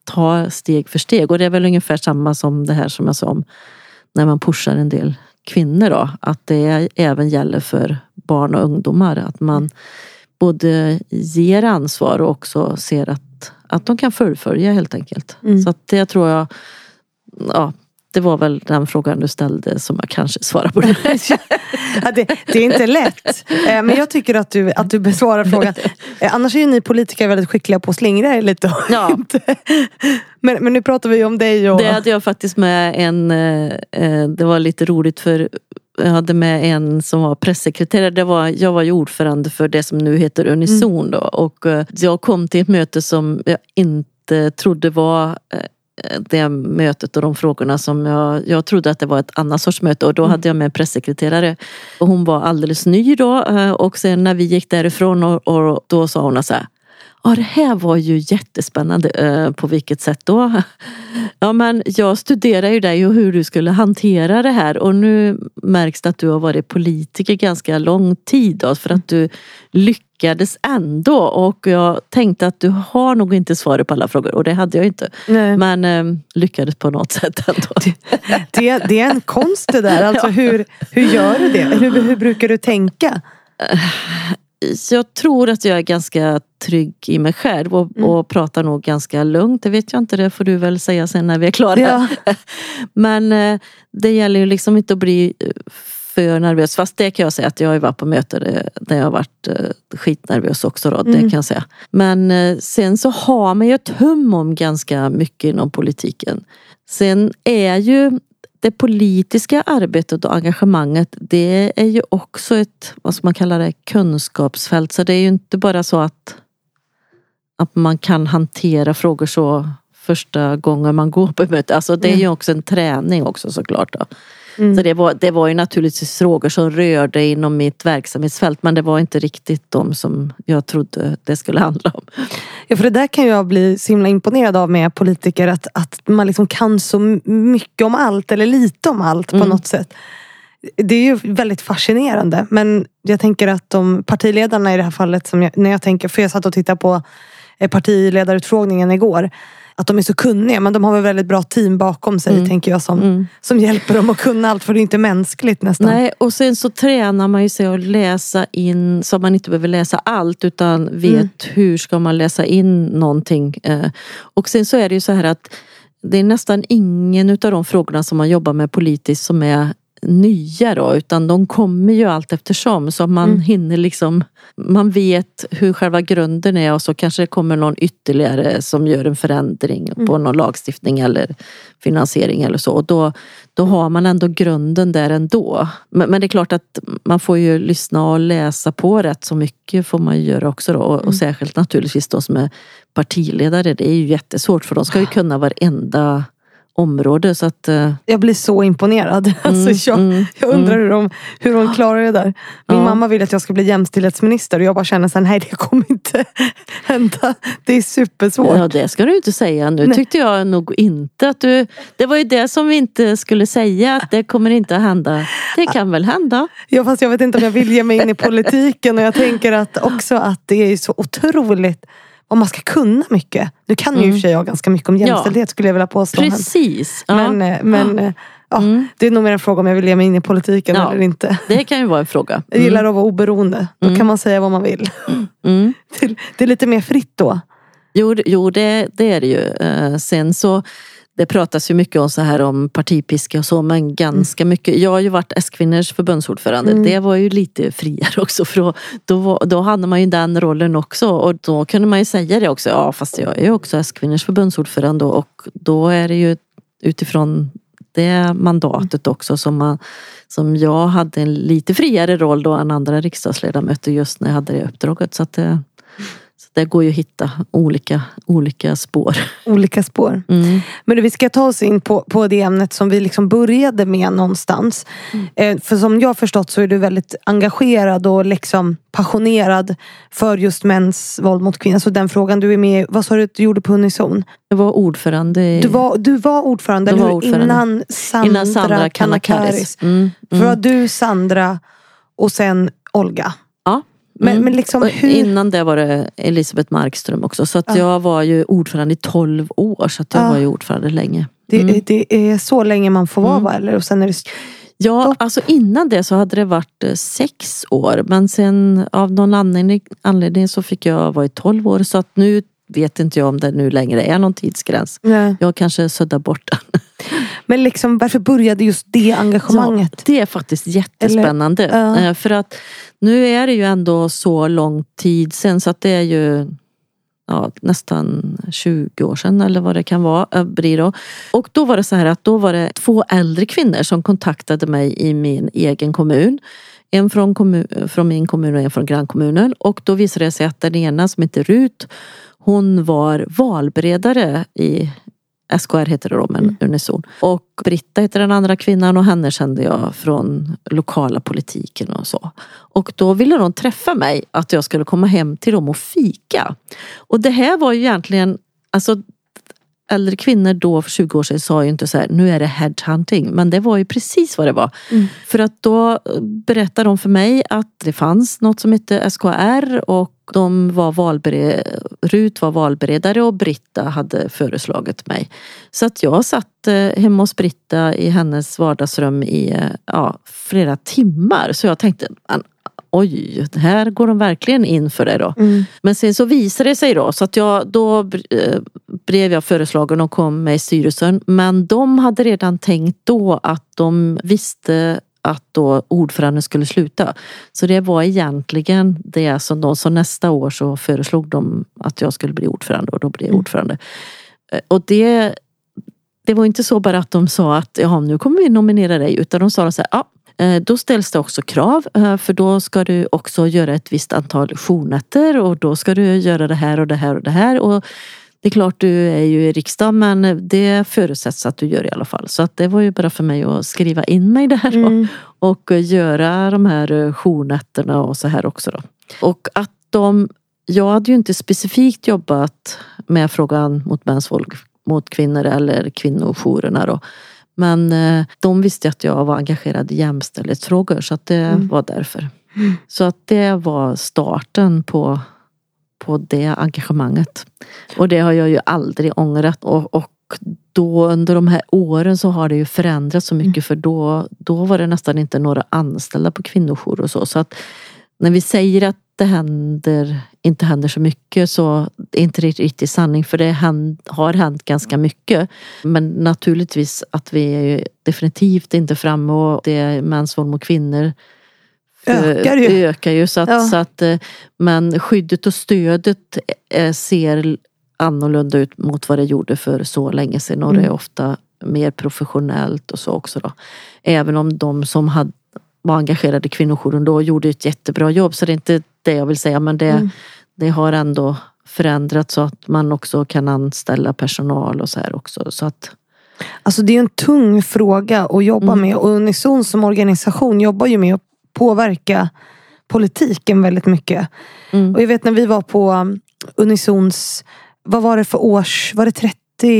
ta steg för steg. Och det är väl ungefär samma som det här som jag sa om när man pushar en del kvinnor då. Att det även gäller för barn och ungdomar. Att man både ger ansvar och också ser att, att de kan fullfölja helt enkelt. Mm. Så att det tror jag, ja, det var väl den frågan du ställde som jag kanske svarar på. Det. ja, det, det är inte lätt. Men jag tycker att du, att du besvarar frågan. Annars är ju ni politiker väldigt skickliga på att slingra er lite. Ja. men, men nu pratar vi ju om dig. Och... Det hade jag faktiskt med en... Det var lite roligt för jag hade med en som var pressekreterare. Det var, jag var ju ordförande för det som nu heter Unison. Mm. Då, och jag kom till ett möte som jag inte trodde var... det mötet och de frågorna som jag, jag trodde att det var ett annat sorts möte och då mm. hade jag med en pressekreterare och hon var alldeles ny då och sen när vi gick därifrån och, och då sa hon så här, ja det här var ju jättespännande, på vilket sätt då? Ja men jag studerar ju dig och hur du skulle hantera det här och nu märks det att du har varit politiker ganska lång tid då, för att du lyckades ändå och jag tänkte att du har nog inte svaret på alla frågor och det hade jag inte. Nej. Men eh, lyckades på något sätt ändå. Det, det, det är en konst det där, alltså ja. hur, hur gör du det? Hur, hur brukar du tänka? Jag tror att jag är ganska trygg i mig själv och, mm. och pratar nog ganska lugnt. Det vet jag inte, det får du väl säga sen när vi är klara. Ja. Men eh, det gäller ju liksom inte att bli för nervös. Fast det kan jag säga att jag har varit på möten där jag har varit eh, skitnervös också då, mm. det kan jag säga. Men eh, sen så har man ju ett hum om ganska mycket inom politiken. Sen är ju det politiska arbetet och engagemanget, det är ju också ett, vad ska man kalla det, kunskapsfält. Så det är ju inte bara så att att man kan hantera frågor så första gången man går på ett möte. Alltså det är ju också en träning också såklart då. Mm. Så det var, det var ju naturligtvis frågor som rörde inom mitt verksamhetsfält, men det var inte riktigt de som jag trodde det skulle handla om. Ja, för det där kan jag bli så himla imponerad av med politiker, att, att man liksom kan så mycket om allt eller lite om allt på mm. något sätt. Det är ju väldigt fascinerande, men jag tänker att de partiledarna i det här fallet, som jag, när jag tänker, för jag satt och tittade på partiledarutfrågningen igår, att de är så kunniga, men de har väl väldigt bra team bakom sig, mm. tänker jag, som, mm. som hjälper dem att kunna allt, för det är inte mänskligt nästan. Nej, och sen så tränar man ju sig att läsa in, så man inte behöver läsa allt, utan vet mm. hur ska man läsa in någonting. Och sen så är det ju så här att det är nästan ingen utav de frågorna som man jobbar med politiskt som är nya då, utan de kommer ju allt eftersom, så man mm. hinner liksom, man vet hur själva grunden är, och så kanske det kommer någon ytterligare som gör en förändring mm. på någon lagstiftning eller finansiering eller så, och då, då har man ändå grunden där ändå. Men, men det är klart att man får ju lyssna och läsa på rätt så mycket, får man ju göra också då, och, mm. och särskilt naturligtvis de som är partiledare, det är ju jättesvårt, för de ska ju kunna varenda område, så att uh... jag blir så imponerad. Mm, alltså jag, mm, jag undrar mm. hur, de, hur de klarar det där. Min ja. mamma vill att jag ska bli jämställdhetsminister, och jag bara känner så här, nej, det kommer inte hända. Det är supersvårt. Ja, det ska du inte säga. Nu nej. tyckte jag nog inte att du, det var ju det som vi inte skulle säga, att det kommer inte att hända. Det kan väl hända. Ja, fast jag vet inte om jag vill ge mig in i politiken, och jag tänker att också att det är så otroligt om man ska kunna mycket. Nu kan ju mm. i och för sig jag ganska mycket om jämställdhet, ja. skulle jag vilja påstå. Precis. Men, ja. men ja. Ja, mm. det är nog mer en fråga om jag vill ge mig in i politiken ja. eller inte. Det kan ju vara en fråga. Mm. Jag gillar att vara oberoende. Då mm. kan man säga vad man vill. Mm. det, det är lite mer fritt då. Jo, jo det, det är det ju. Uh, sen så det pratas ju mycket om så här om partipiska och så, men ganska mm. mycket. Jag har ju varit S-kvinnors förbundsordförande. Mm. Det var ju lite friare också, för då, då, då hade man ju den rollen också, och då kunde man ju säga det också. Ja, fast jag är ju också S-kvinnors förbundsordförande, och då är det ju utifrån det mandatet också som, man, som jag hade en lite friare roll då än andra riksdagsledamöter just när jag hade det uppdraget, så att det det går ju att hitta olika, olika spår. Olika spår. Mm. Men du, vi ska ta oss in på, på det ämnet som vi liksom började med någonstans. Mm. Eh, för som jag har förstått så är du väldigt engagerad och liksom passionerad för just mäns våld mot kvinnor. Så den frågan du är med, vad sa du att du gjorde på Unison? Jag var ordförande. I... Du, var, du var ordförande, eller var hur? ordförande. Innan Sandra, Innan Sandra Kanakaris. Mm. Mm. För var du Sandra och sen Olga. Ja. Men, mm. men liksom hur... Innan det var det Elisabeth Markström också. Så att ja. jag var ju ordförande i tolv år. Så att jag ja. var ju ordförande länge. Mm. Det, det är så länge man får vara, mm. eller? Och sen är det... Ja, Stopp. alltså innan det så hade det varit sex år. Men sen av någon anledning, anledning så fick jag vara i tolv år. Så att nu vet inte jag om det nu längre är någon tidsgräns. Nej. Jag kanske suddar bort den. Men liksom, varför började just det engagemanget? Ja, det är faktiskt jättespännande. Eller, ja. För att nu är det ju ändå så lång tid sen, så att det är ju ja, nästan tjugo år sedan eller vad det kan vara. Blir då. Och då var det så här att då var det två äldre kvinnor som kontaktade mig i min egen kommun. En från, kommun, från min kommun och en från grannkommunen. Och då visade det sig att den ena som heter Rut, hon var valberedare i S K R heter det då, men mm. Unison. Och Britta heter den andra kvinnan, och henne kände jag från lokala politiken och så. Och då ville de träffa mig, att jag skulle komma hem till dem och fika. Och det här var ju egentligen, alltså äldre kvinnor då för tjugo år sedan sa ju inte så här, nu är det headhunting. Men det var ju precis vad det var. Mm. För att då berättade de för mig att det fanns något som hette S K R, och de var valbered... Rut var valberedare och Britta hade föreslagit mig. Så att jag satt hemma hos Britta i hennes vardagsrum i ja, flera timmar. Så jag tänkte, oj, här går de verkligen in för det då. Mm. Men sen så visade det sig då, så att jag, då blev jag föreslagen och kom med i styrelsen. Men de hade redan tänkt då att de visste att då ordföranden skulle sluta. Så det var egentligen det som de, så nästa år så föreslog de att jag skulle bli ordförande, och då blev jag mm. ordförande. Och det, det var inte så bara att de sa att ja, nu kommer vi nominera dig, utan de sa så här, ja, Då ställs det också krav, för då ska du också göra ett visst antal journätter och då ska du göra det här och det här och det här. Och det är klart, du är ju i riksdagen, men det förutsätts att du gör i alla fall. Så att det var ju bara för mig att skriva in mig där mm. och, och göra de här journätterna och så här också då. Och att de, jag hade ju inte specifikt jobbat med frågan mot mäns våld mot kvinnor eller kvinnojourerna då. Men de visste att jag var engagerad i jämställdhetsfrågor, så att det mm. var därför. Mm. Så att det var starten på, på det engagemanget. Och det har jag ju aldrig ångrat. Och, och då under de här åren så har det ju förändrats så mycket. Mm. För då, då var det nästan inte några anställda på kvinnojourer och så. Så att när vi säger att det händer, inte händer så mycket, så är det inte riktigt sanning, för det händ, har hänt ganska mycket. Men naturligtvis att vi är definitivt inte framme, och det är mäns våld mot kvinnor ökar ju. Ökar ju så att, ja. så att, men skyddet och stödet ser annorlunda ut mot vad det gjorde för så länge sedan, och det är ofta mer professionellt och så också då. Även om de som hade var engagerade i kvinnojouren då gjorde ett jättebra jobb, så det är inte det jag vill säga, men det, mm. det har ändå förändrats så att man också kan anställa personal och så här också. Så att... Alltså det är en tung fråga att jobba mm. med, och Unison som organisation jobbar ju med att påverka politiken väldigt mycket. Mm. Och jag vet när vi var på Unisons, vad var det för års, var det trettio,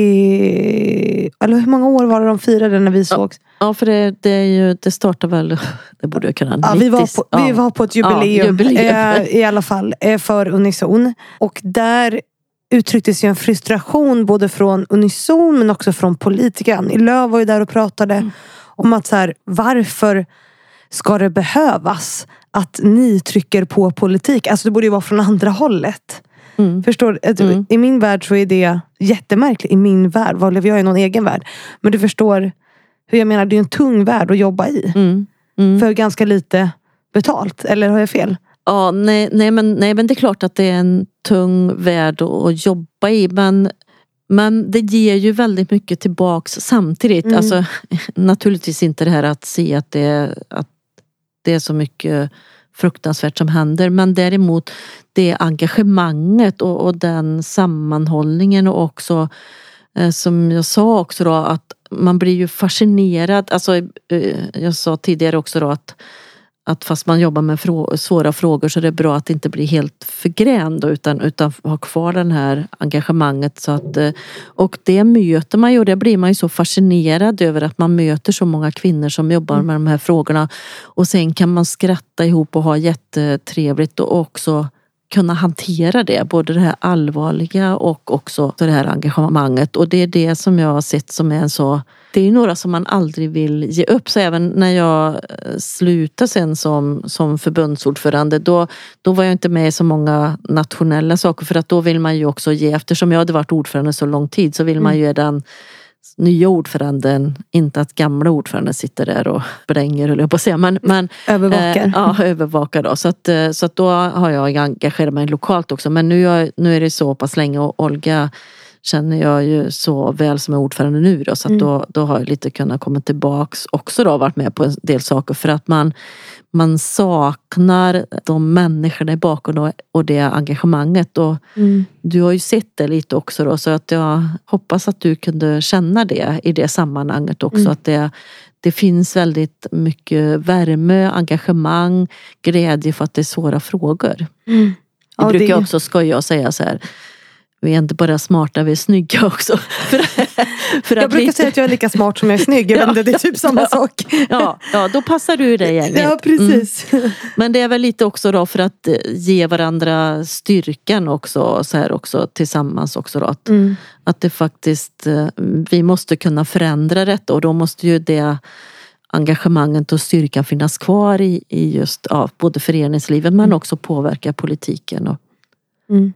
eller hur många år var det de firade när vi sågs? Ja, för det, det är ju, det startar väl, det borde jag kunna. Ja, vi, var på, ja. vi var på ett jubileum, ja, jubileum. Eh, i alla fall eh, för Unison. Och där uttrycktes ju en frustration både från Unison men också från politiker. Annie Lööf var ju där och pratade mm. om att så här, varför ska det behövas att ni trycker på politik? Alltså det borde ju vara från andra hållet. Mm. Förstår du? Mm. I min värld så är det jättemärkligt. I min värld, vad lever jag i någon egen värld? Men du förstår hur jag menar, det är en tung värld att jobba i. Mm. Mm. För ganska lite betalt. Eller har jag fel? Ja, nej, nej, men, nej men det är klart att det är en tung värld att jobba i. Men, men det ger ju väldigt mycket tillbaks samtidigt. Mm. Alltså, naturligtvis inte det här att se att det, att det är så mycket fruktansvärt som händer. Men däremot det engagemanget och, och den sammanhållningen, och också eh, som jag sa också då, att man blir ju fascinerad. Alltså, eh, jag sa tidigare också då att, att fast man jobbar med frå- svåra frågor så är det bra att inte bli helt förgränd då, utan, utan ha kvar den här engagemanget. Så att, eh, och det möter man ju, och det blir man ju så fascinerad över, att man möter så många kvinnor som jobbar mm. med de här frågorna. Och sen kan man skratta ihop och ha jättetrevligt och också kunna hantera det, både det här allvarliga och också det här engagemanget. Och det är det som jag har sett som är en så, det är några som man aldrig vill ge upp. Så även när jag slutade sen som, som förbundsordförande, då, då var jag inte med i så många nationella saker, för att då vill man ju också ge, eftersom jag hade varit ordförande så lång tid, så vill mm. man ju ge den nya ordföranden, inte att gamla ordföranden sitter där och spränger, eller på att säga, men, men övervakar. Eh, ja, övervakar då. Så att, så att då har jag engagerat mig lokalt också. Men nu, jag, nu är det så pass länge, och Olga känner jag ju så väl som är ordförande nu då, så att mm. då, då har jag lite kunnat komma tillbaks också då, varit med på en del saker, för att man man saknar de människorna i bakgrunden och det engagemanget, och mm. du har ju sett det lite också då, så att jag hoppas att du kunde känna det i det sammanhanget också, mm. att det, det finns väldigt mycket värme, engagemang, glädje för att det är svåra frågor. Mm. Ja, det brukar det... också skoja och säga så här: vi är inte bara smarta, vi är snygga också. för, för jag brukar lite... säga att jag är lika smart som jag är snygg. Jag vet inte, det är typ samma ja, sak. ja, ja, då passar du i det gänget. Ja, precis. Mm. Men det är väl lite också då för att ge varandra styrkan också, så här också tillsammans också då. Att, mm. att det faktiskt, vi måste kunna förändra detta, och då måste ju det engagemanget och styrkan finnas kvar i, i just ja, både föreningslivet men också påverka politiken. Och... Mm.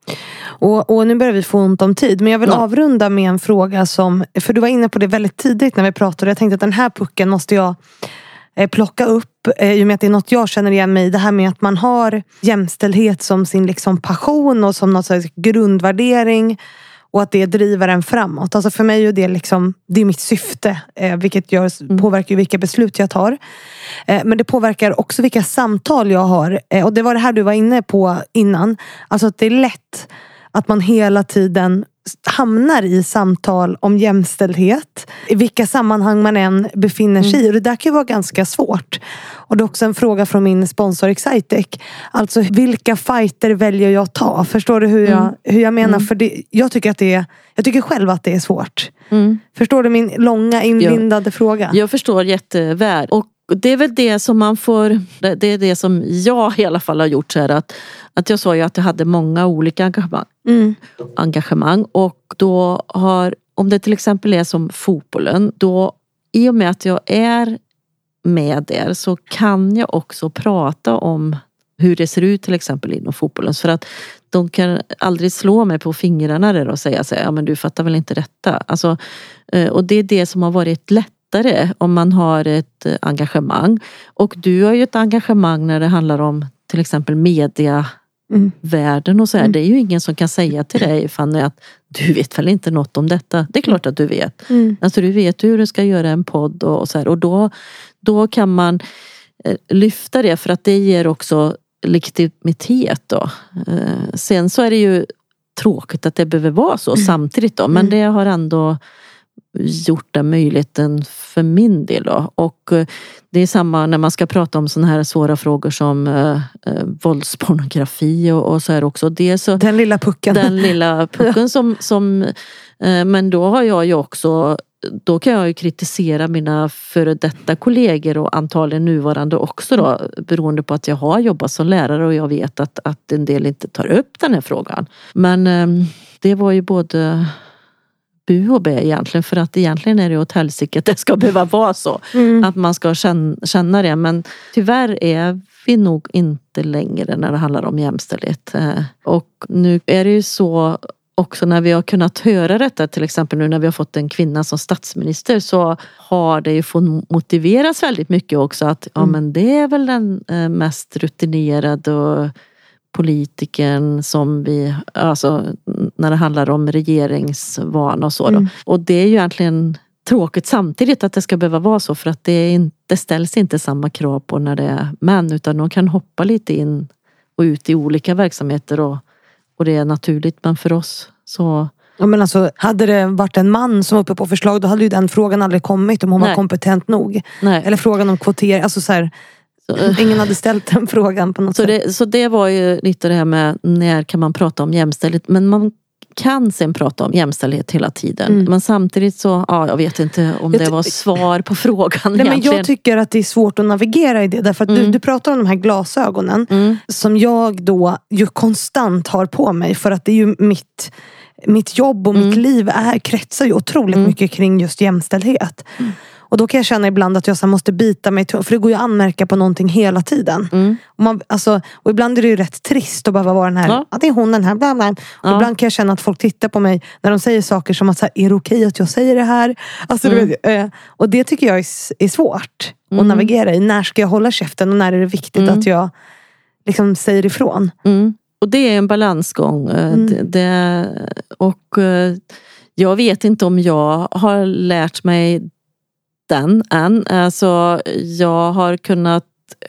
Och, och nu börjar vi få ont om tid, men jag vill ja. avrunda med en fråga som, för du var inne på det väldigt tidigt när vi pratade. Jag tänkte att den här pucken måste jag eh, plocka upp eh, i och med att det är något jag känner igen mig i. Det här med att man har jämställdhet som sin liksom passion och som något slags grundvärdering, Och att det driver en framåt. Alltså för mig är det liksom, det är mitt syfte. Eh, vilket gör, mm. påverkar vilka beslut jag tar. Eh, men det påverkar också vilka samtal jag har. Eh, och det var det här du var inne på innan. Alltså att det är lätt att man hela tiden hamnar i samtal om jämställdhet. I vilka sammanhang man än befinner sig mm. i. Och det där kan ju vara ganska svårt. Och det är också en fråga från min sponsor Excitec. Alltså vilka fighter väljer jag ta? Förstår du hur jag, mm. hur jag menar? Mm. För det, jag tycker att det är, jag tycker själv att det är svårt. Mm. Förstår du min långa inlindade jag, fråga? Jag förstår jätteväl. Och det är väl det som man får, det är det som jag i alla fall har gjort så här att, att jag sa ju att jag hade många olika engagemang. Mm. engagemang och då har, om det till exempel är som fotbollen, då i och med att jag är med där så kan jag också prata om hur det ser ut till exempel inom fotbollen, för att de kan aldrig slå mig på fingrarna där och säga så här, ja men du fattar väl inte detta. Alltså, och det är det som har varit lättare om man har ett engagemang, och du har ju ett engagemang när det handlar om till exempel media Mm. världen och så här. Mm. Det är ju ingen som kan säga till dig, Fanny, att du vet väl inte något om detta. Det är klart att du vet. Mm. Alltså du vet hur du ska göra en podd och, och så här. Och då, då kan man eh, lyfta det, för att det ger också legitimitet då. Eh, sen så är det ju tråkigt att det behöver vara så mm. samtidigt då. Men mm. det har ändå gjort den möjligheten för min del då. Och det är samma när man ska prata om såna här svåra frågor som eh, våldspornografi och, och så här också. Det så, den lilla pucken. Den lilla pucken som, som eh, men då har jag ju också, då kan jag ju kritisera mina före detta kollegor och antagligen nuvarande också då, beroende på att jag har jobbat som lärare och jag vet att, att en del inte tar upp den här frågan. Men eh, det var ju både bu och bä egentligen, för att egentligen är det åt helsike att det ska behöva vara så. Mm. Att man ska känna, känna det. Men tyvärr är vi nog inte längre när det handlar om jämställdhet. Och nu är det ju så också när vi har kunnat höra detta, till exempel nu när vi har fått en kvinna som statsminister, så har det ju fått motiveras väldigt mycket också att mm. ja men det är väl den mest rutinerade och politikern som vi, alltså när det handlar om regeringsvana och så då. Mm. Och det är ju egentligen tråkigt samtidigt att det ska behöva vara så, för att det, inte, det ställs inte samma krav på när det är män, utan de kan hoppa lite in och ut i olika verksamheter och, och det är naturligt, men för oss så... Ja, men alltså, hade det varit en man som var uppe på förslag, då hade ju den frågan aldrig kommit om hon Nej. var kompetent nog. Nej. Eller frågan om kvotering, alltså så här... Ingen hade ställt den frågan på något så sätt. Det, så det var ju lite det här med när kan man prata om jämställdhet. Men man kan sen prata om jämställdhet hela tiden. Mm. Men samtidigt så, ja, jag vet inte om det var svar på frågan. Nej, men jag tycker att det är svårt att navigera i det. Därför att mm. du, du pratar om de här glasögonen. Mm. Som jag då ju konstant har på mig. För att det är ju mitt... Mitt jobb och mm. mitt liv är, kretsar ju otroligt mm. mycket kring just jämställdhet. Mm. Och då kan jag känna ibland att jag så måste bita mig till, för det går ju att anmärka på någonting hela tiden. Mm. Och, man, alltså, och ibland är det ju rätt trist att behöva vara den här, ja. att det är hon den här, bla bla. Och ja. ibland kan jag känna att folk tittar på mig när de säger saker som att så här, är det okej att jag säger det här? Alltså, mm. du vet, och det tycker jag är, är svårt mm. att navigera i. När ska jag hålla käften och när är det viktigt mm. att jag liksom säger ifrån? Mm. Och det är en balansgång. Mm. Det, det, och jag vet inte om jag har lärt mig den än. Alltså, jag har kunnat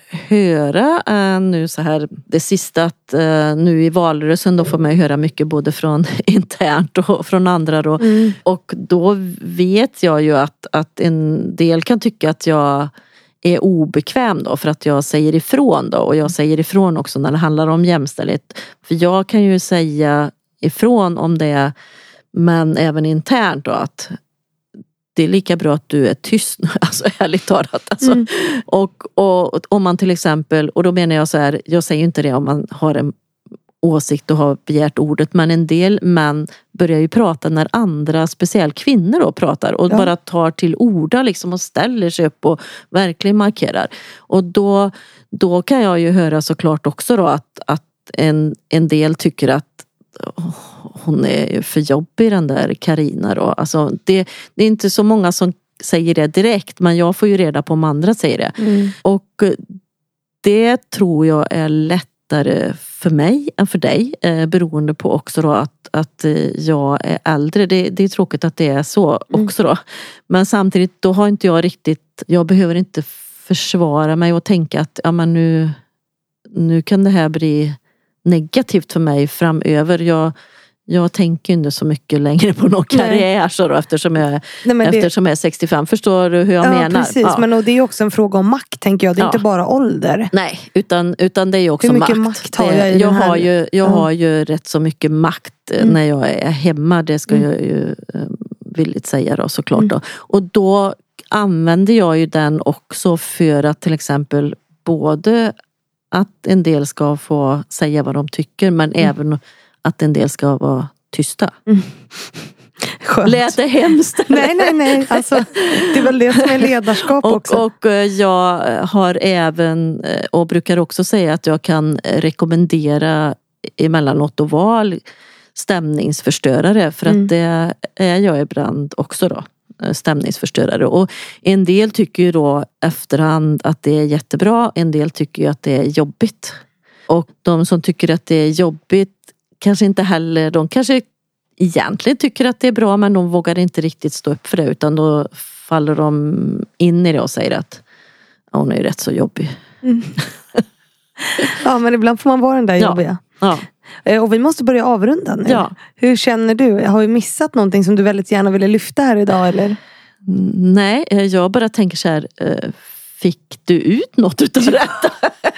höra äh, nu så här det sista att äh, nu i valrörelsen då får man höra mycket både från internt och från andra då. Mm. Och då vet jag ju att, att en del kan tycka att jag är obekväm då för att jag säger ifrån då, och jag säger ifrån också när det handlar om jämställdhet. För jag kan ju säga ifrån om det, men även internt då, att det är lika bra att du är tyst, alltså ärligt talat. Alltså. Mm. Och, och om man till exempel, och då menar jag så här, jag säger inte det om man har en åsikt och har begärt ordet, men en del män börjar ju prata när andra, speciellt kvinnor då, pratar och ja. bara tar till orda liksom och ställer sig upp och verkligen markerar. Och då, då kan jag ju höra såklart också då att, att en, en del tycker att oh, hon är ju för jobbig den där Carina då. Alltså det, det är inte så många som säger det direkt, men jag får ju reda på om andra säger det. Mm. Och det tror jag är lättare för mig än för dig. Eh, beroende på också då att, att jag är äldre. Det, det är tråkigt att det är så också då. Men samtidigt då har inte jag riktigt, jag behöver inte försvara mig och tänka att ja, men nu, nu kan det här bli negativt för mig framöver. Jag, jag tänker inte så mycket längre på någon karriär så då, eftersom, jag, Nej, eftersom det... jag är sextiofem. Förstår du hur jag ja, menar? Precis, ja, men och det är också en fråga om makt, tänker jag. Det är ja. inte bara ålder. Nej, utan, utan det är ju också hur mycket makt. makt har jag i jag den här... har ju, jag ja. har ju rätt så mycket makt mm. när jag är hemma. Det ska mm. jag ju villigt säga då, såklart. Mm. Då. Och då använder jag ju den också för att till exempel både att en del ska få säga vad de tycker, men mm. även att en del ska vara tysta. Mm. Skönt. Lät det hemskt? Nej, nej, nej. Alltså, det är väl det som är ledarskap och, också. Och jag har även, och brukar också säga att jag kan rekommendera emellanåt att vara stämningsförstörare. För mm. att det är jag ibland också då. Stämningsförstörare. Och en del tycker ju då efterhand att det är jättebra. En del tycker ju att det är jobbigt. Och de som tycker att det är jobbigt kanske inte heller, de kanske egentligen tycker att det är bra, men de vågar inte riktigt stå upp för det, utan då faller de in i det och säger att ja, hon är ju rätt så jobbig. Mm. Ja, men ibland får man vara den där jobbiga. Ja. Ja. Och vi måste börja avrunda nu. Ja. Hur känner du? Har vi missat någonting som du väldigt gärna ville lyfta här idag, eller? Nej, jag bara tänker så här, fick du ut något utav detta?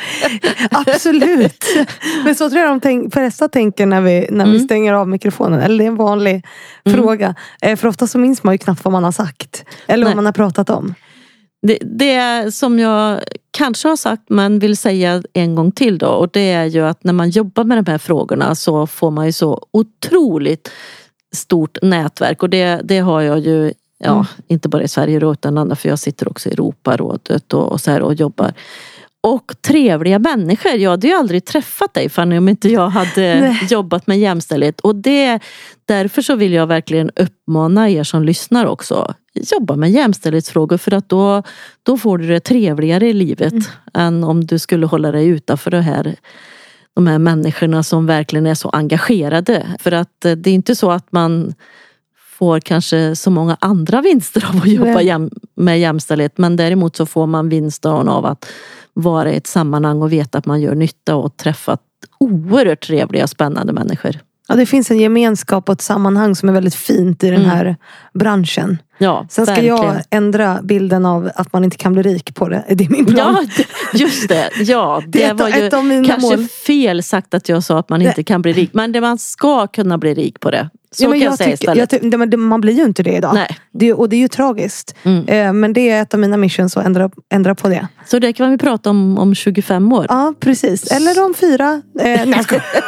Absolut. Men så tror jag de tänk, flesta tänker när, vi, när mm. vi stänger av mikrofonen. Eller det är en vanlig mm. fråga. För ofta så minns man ju knappt vad man har sagt. Eller Nej. vad man har pratat om. Det, det som jag kanske har sagt men vill säga en gång till då. Och det är ju att när man jobbar med de här frågorna så får man ju så otroligt stort nätverk. Och det, det har jag ju, ja, mm. inte bara i Sverige då, utan andra, för jag sitter också i Europarådet och, och så här och jobbar. Och trevliga människor. Jag hade ju aldrig träffat dig, Fanny, om inte jag hade Nej. jobbat med jämställdhet. Och det, därför så vill jag verkligen uppmana er som lyssnar också. Jobba med jämställdhetsfrågor, för att då, då får du det trevligare i livet mm. än om du skulle hålla dig utanför det här, de här människorna som verkligen är så engagerade. För att det är inte så att man får kanske så många andra vinster av att jobba jäm, med jämställdhet, men däremot så får man vinster av att vara i ett sammanhang och veta att man gör nytta och träffa oerhört trevliga och spännande människor. Ja, det finns en gemenskap och ett sammanhang som är väldigt fint i den här mm. branschen. Ja, sen ska verkligen. jag ändra bilden av att man inte kan bli rik på det. Det är min plan. Ja, just det. Ja, det, det ett, var ju ett av mina kanske mål. Fel sagt att jag sa att man inte det. kan bli rik. Men det man ska kunna bli rik på det. Så ja, men kan jag, jag säga tycker, istället. Jag ty- det, man blir ju inte det idag. Nej. Det, och det är ju tragiskt. Mm. Eh, men det är ett av mina missions att ändra, ändra på det. Så det kan vi prata om om tjugofem år. Ja, precis. Eller om fyra. Eh, nej,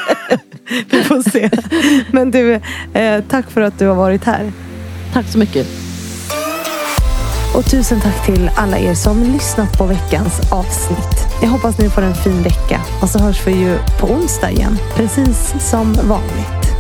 vi får se. Men du, eh, tack för att du har varit här. Tack så mycket. Och tusen tack till alla er som lyssnat på veckans avsnitt. Jag hoppas ni får en fin vecka. Och så hörs vi ju på onsdag igen. Precis som vanligt.